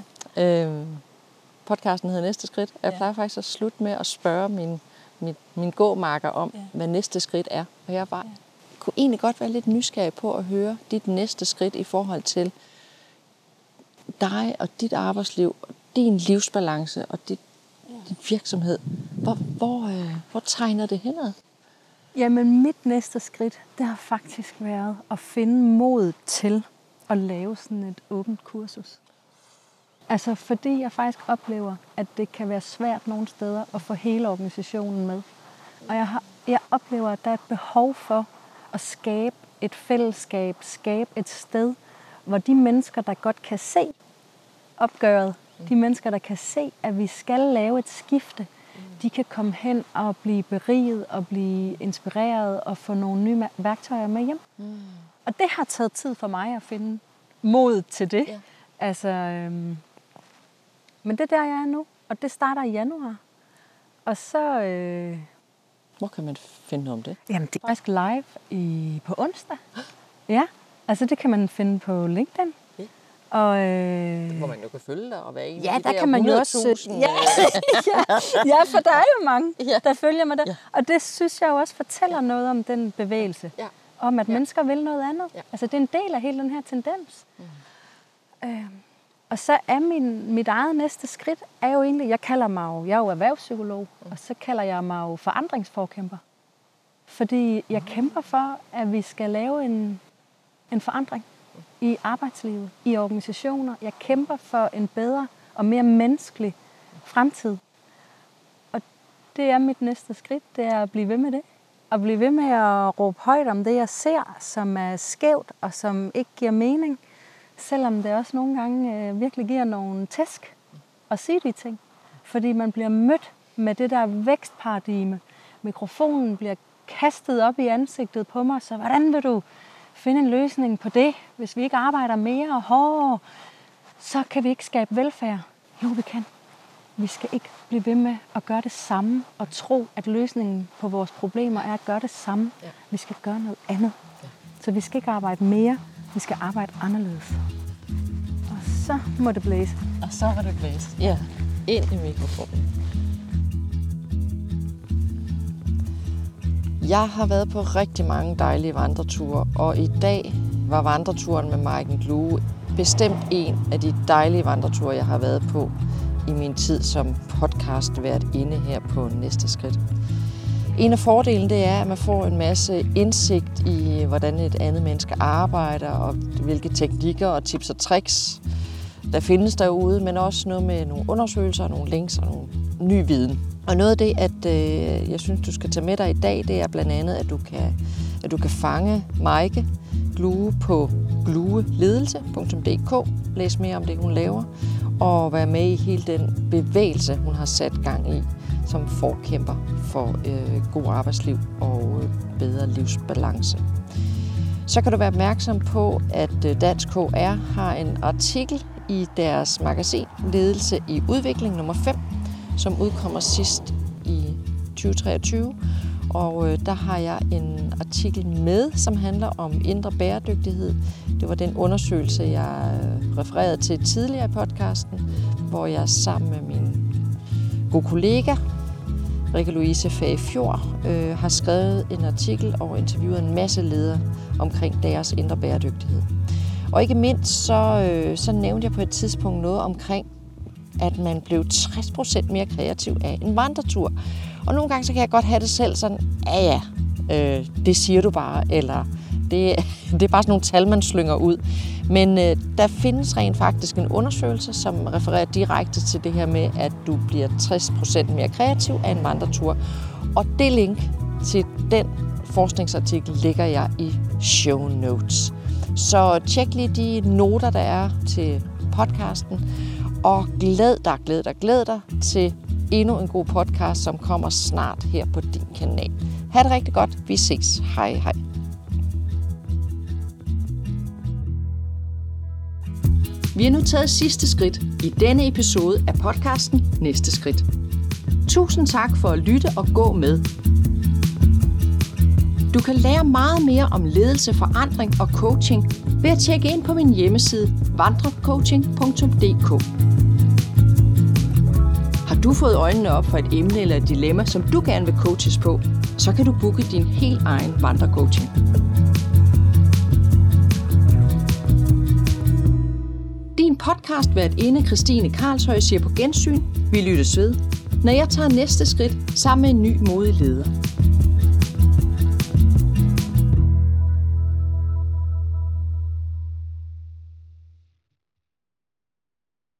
Podcasten hedder Næste Skridt. Jeg plejer faktisk at slutte med at spørge min gåmarker om, hvad næste skridt er. Og jeg kunne egentlig godt være lidt nysgerrig på at høre dit næste skridt i forhold til dig og dit arbejdsliv, og din livsbalance og din virksomhed. Hvor tegner det henad? Jamen, mit næste skridt, det har faktisk været at finde mod til at lave sådan et åbent kursus. Altså, fordi jeg faktisk oplever, at det kan være svært nogle steder at få hele organisationen med. Og jeg oplever, at der er et behov for at skabe et fællesskab, skabe et sted, hvor de mennesker, der godt kan se opgøret, de mennesker, der kan se, at vi skal lave et skifte, de kan komme hen og blive beriget og blive inspireret og få nogle nye værktøjer med hjem. Og det har taget tid for mig at finde mod til det. Ja. Altså, men det er der, jeg er nu, og det starter i januar. Og så... Hvor kan man finde noget om det? Jamen, det er faktisk live på onsdag. Ja, altså det kan man finde på LinkedIn. Og, hvor man jo kan følge dig og være en af de der 100.000. Ja, for der er jo mange, der følger mig der. Ja. Og det synes jeg jo også fortæller noget om den bevægelse. Ja. Om at mennesker vil noget andet. Ja. Altså det er en del af hele den her tendens. Og så er mit eget næste skridt, er jo egentlig, jeg er jo erhvervspsykolog, og så kalder jeg mig jo forandringsforkæmper. Fordi jeg kæmper for, at vi skal lave en forandring i arbejdslivet, i organisationer. Jeg kæmper for en bedre og mere menneskelig fremtid. Og det er mit næste skridt, det er at blive ved med det. At blive ved med at råbe højt om det, jeg ser, som er skævt og som ikke giver mening. Selvom det også nogle gange virkelig giver nogle tæsk at sige de ting. Fordi man bliver mødt med det der vækstparadigme. Mikrofonen bliver kastet op i ansigtet på mig, så hvordan vil du finde en løsning på det? Hvis vi ikke arbejder mere og hårdere, så kan vi ikke skabe velfærd. Jo, vi kan. Vi skal ikke blive ved med at gøre det samme og tro, at løsningen på vores problemer er at gøre det samme. Ja. Vi skal gøre noget andet. Ja. Så vi skal ikke arbejde mere, vi skal arbejde anderledes. Og så må det blæse. Og så må det blæse. Ja, ind i mikrofonen. Jeg har været på rigtig mange dejlige vandreture, og i dag var vandreturen med Maiken Glue bestemt en af de dejlige vandreture, jeg har været på i min tid som podcastvært inde her på Næste Skridt. En af fordelene det er, at man får en masse indsigt i, hvordan et andet menneske arbejder, og hvilke teknikker og tips og tricks, der findes derude, men også noget med nogle undersøgelser, nogle links og nogle ny viden. Og noget af det, at jeg synes, du skal tage med dig i dag, det er blandt andet, at du kan fange Maiken Glue på glueledelse.dk. Læs mere om det, hun laver, og være med i hele den bevægelse, hun har sat gang i, som forkæmper for god arbejdsliv og bedre livsbalance. Så kan du være opmærksom på, at Dansk HR har en artikel i deres magasin Ledelse i udvikling nummer 5, som udkommer sidst i 2023. Og der har jeg en artikel med, som handler om indre bæredygtighed. Det var den undersøgelse, jeg refererede til tidligere i podcasten, hvor jeg sammen med min gode kollega, Rikke-Louise Fagefjord, har skrevet en artikel og interviewet en masse ledere omkring deres indre bæredygtighed. Og ikke mindst så nævnte jeg på et tidspunkt noget omkring at man blev 60% mere kreativ af en vandretur. Og nogle gange så kan jeg godt have det selv sådan, det siger du bare, eller det er bare sådan nogle tal, man slynger ud. Men der findes rent faktisk en undersøgelse, som refererer direkte til det her med, at du bliver 60% mere kreativ af en vandretur. Og det link til den forskningsartikel ligger jeg i show notes. Så tjek lige de noter, der er til podcasten, og glæd dig til endnu en god podcast, som kommer snart her på din kanal. Ha' det rigtig godt. Vi ses. Hej. Vi har nu taget sidste skridt i denne episode af podcasten Næste Skridt. Tusind tak for at lytte og gå med. Du kan lære meget mere om ledelse, forandring og coaching ved at tjekke ind på min hjemmeside vandrecoaching.dk. Har du fået øjnene op for et emne eller et dilemma, som du gerne vil coaches på, så kan du booke din helt egen vandrecoaching. Din podcastværtinde Christine Karlshøj siger på gensyn. Vi lyttes ved, når jeg tager næste skridt sammen med en ny modig leder.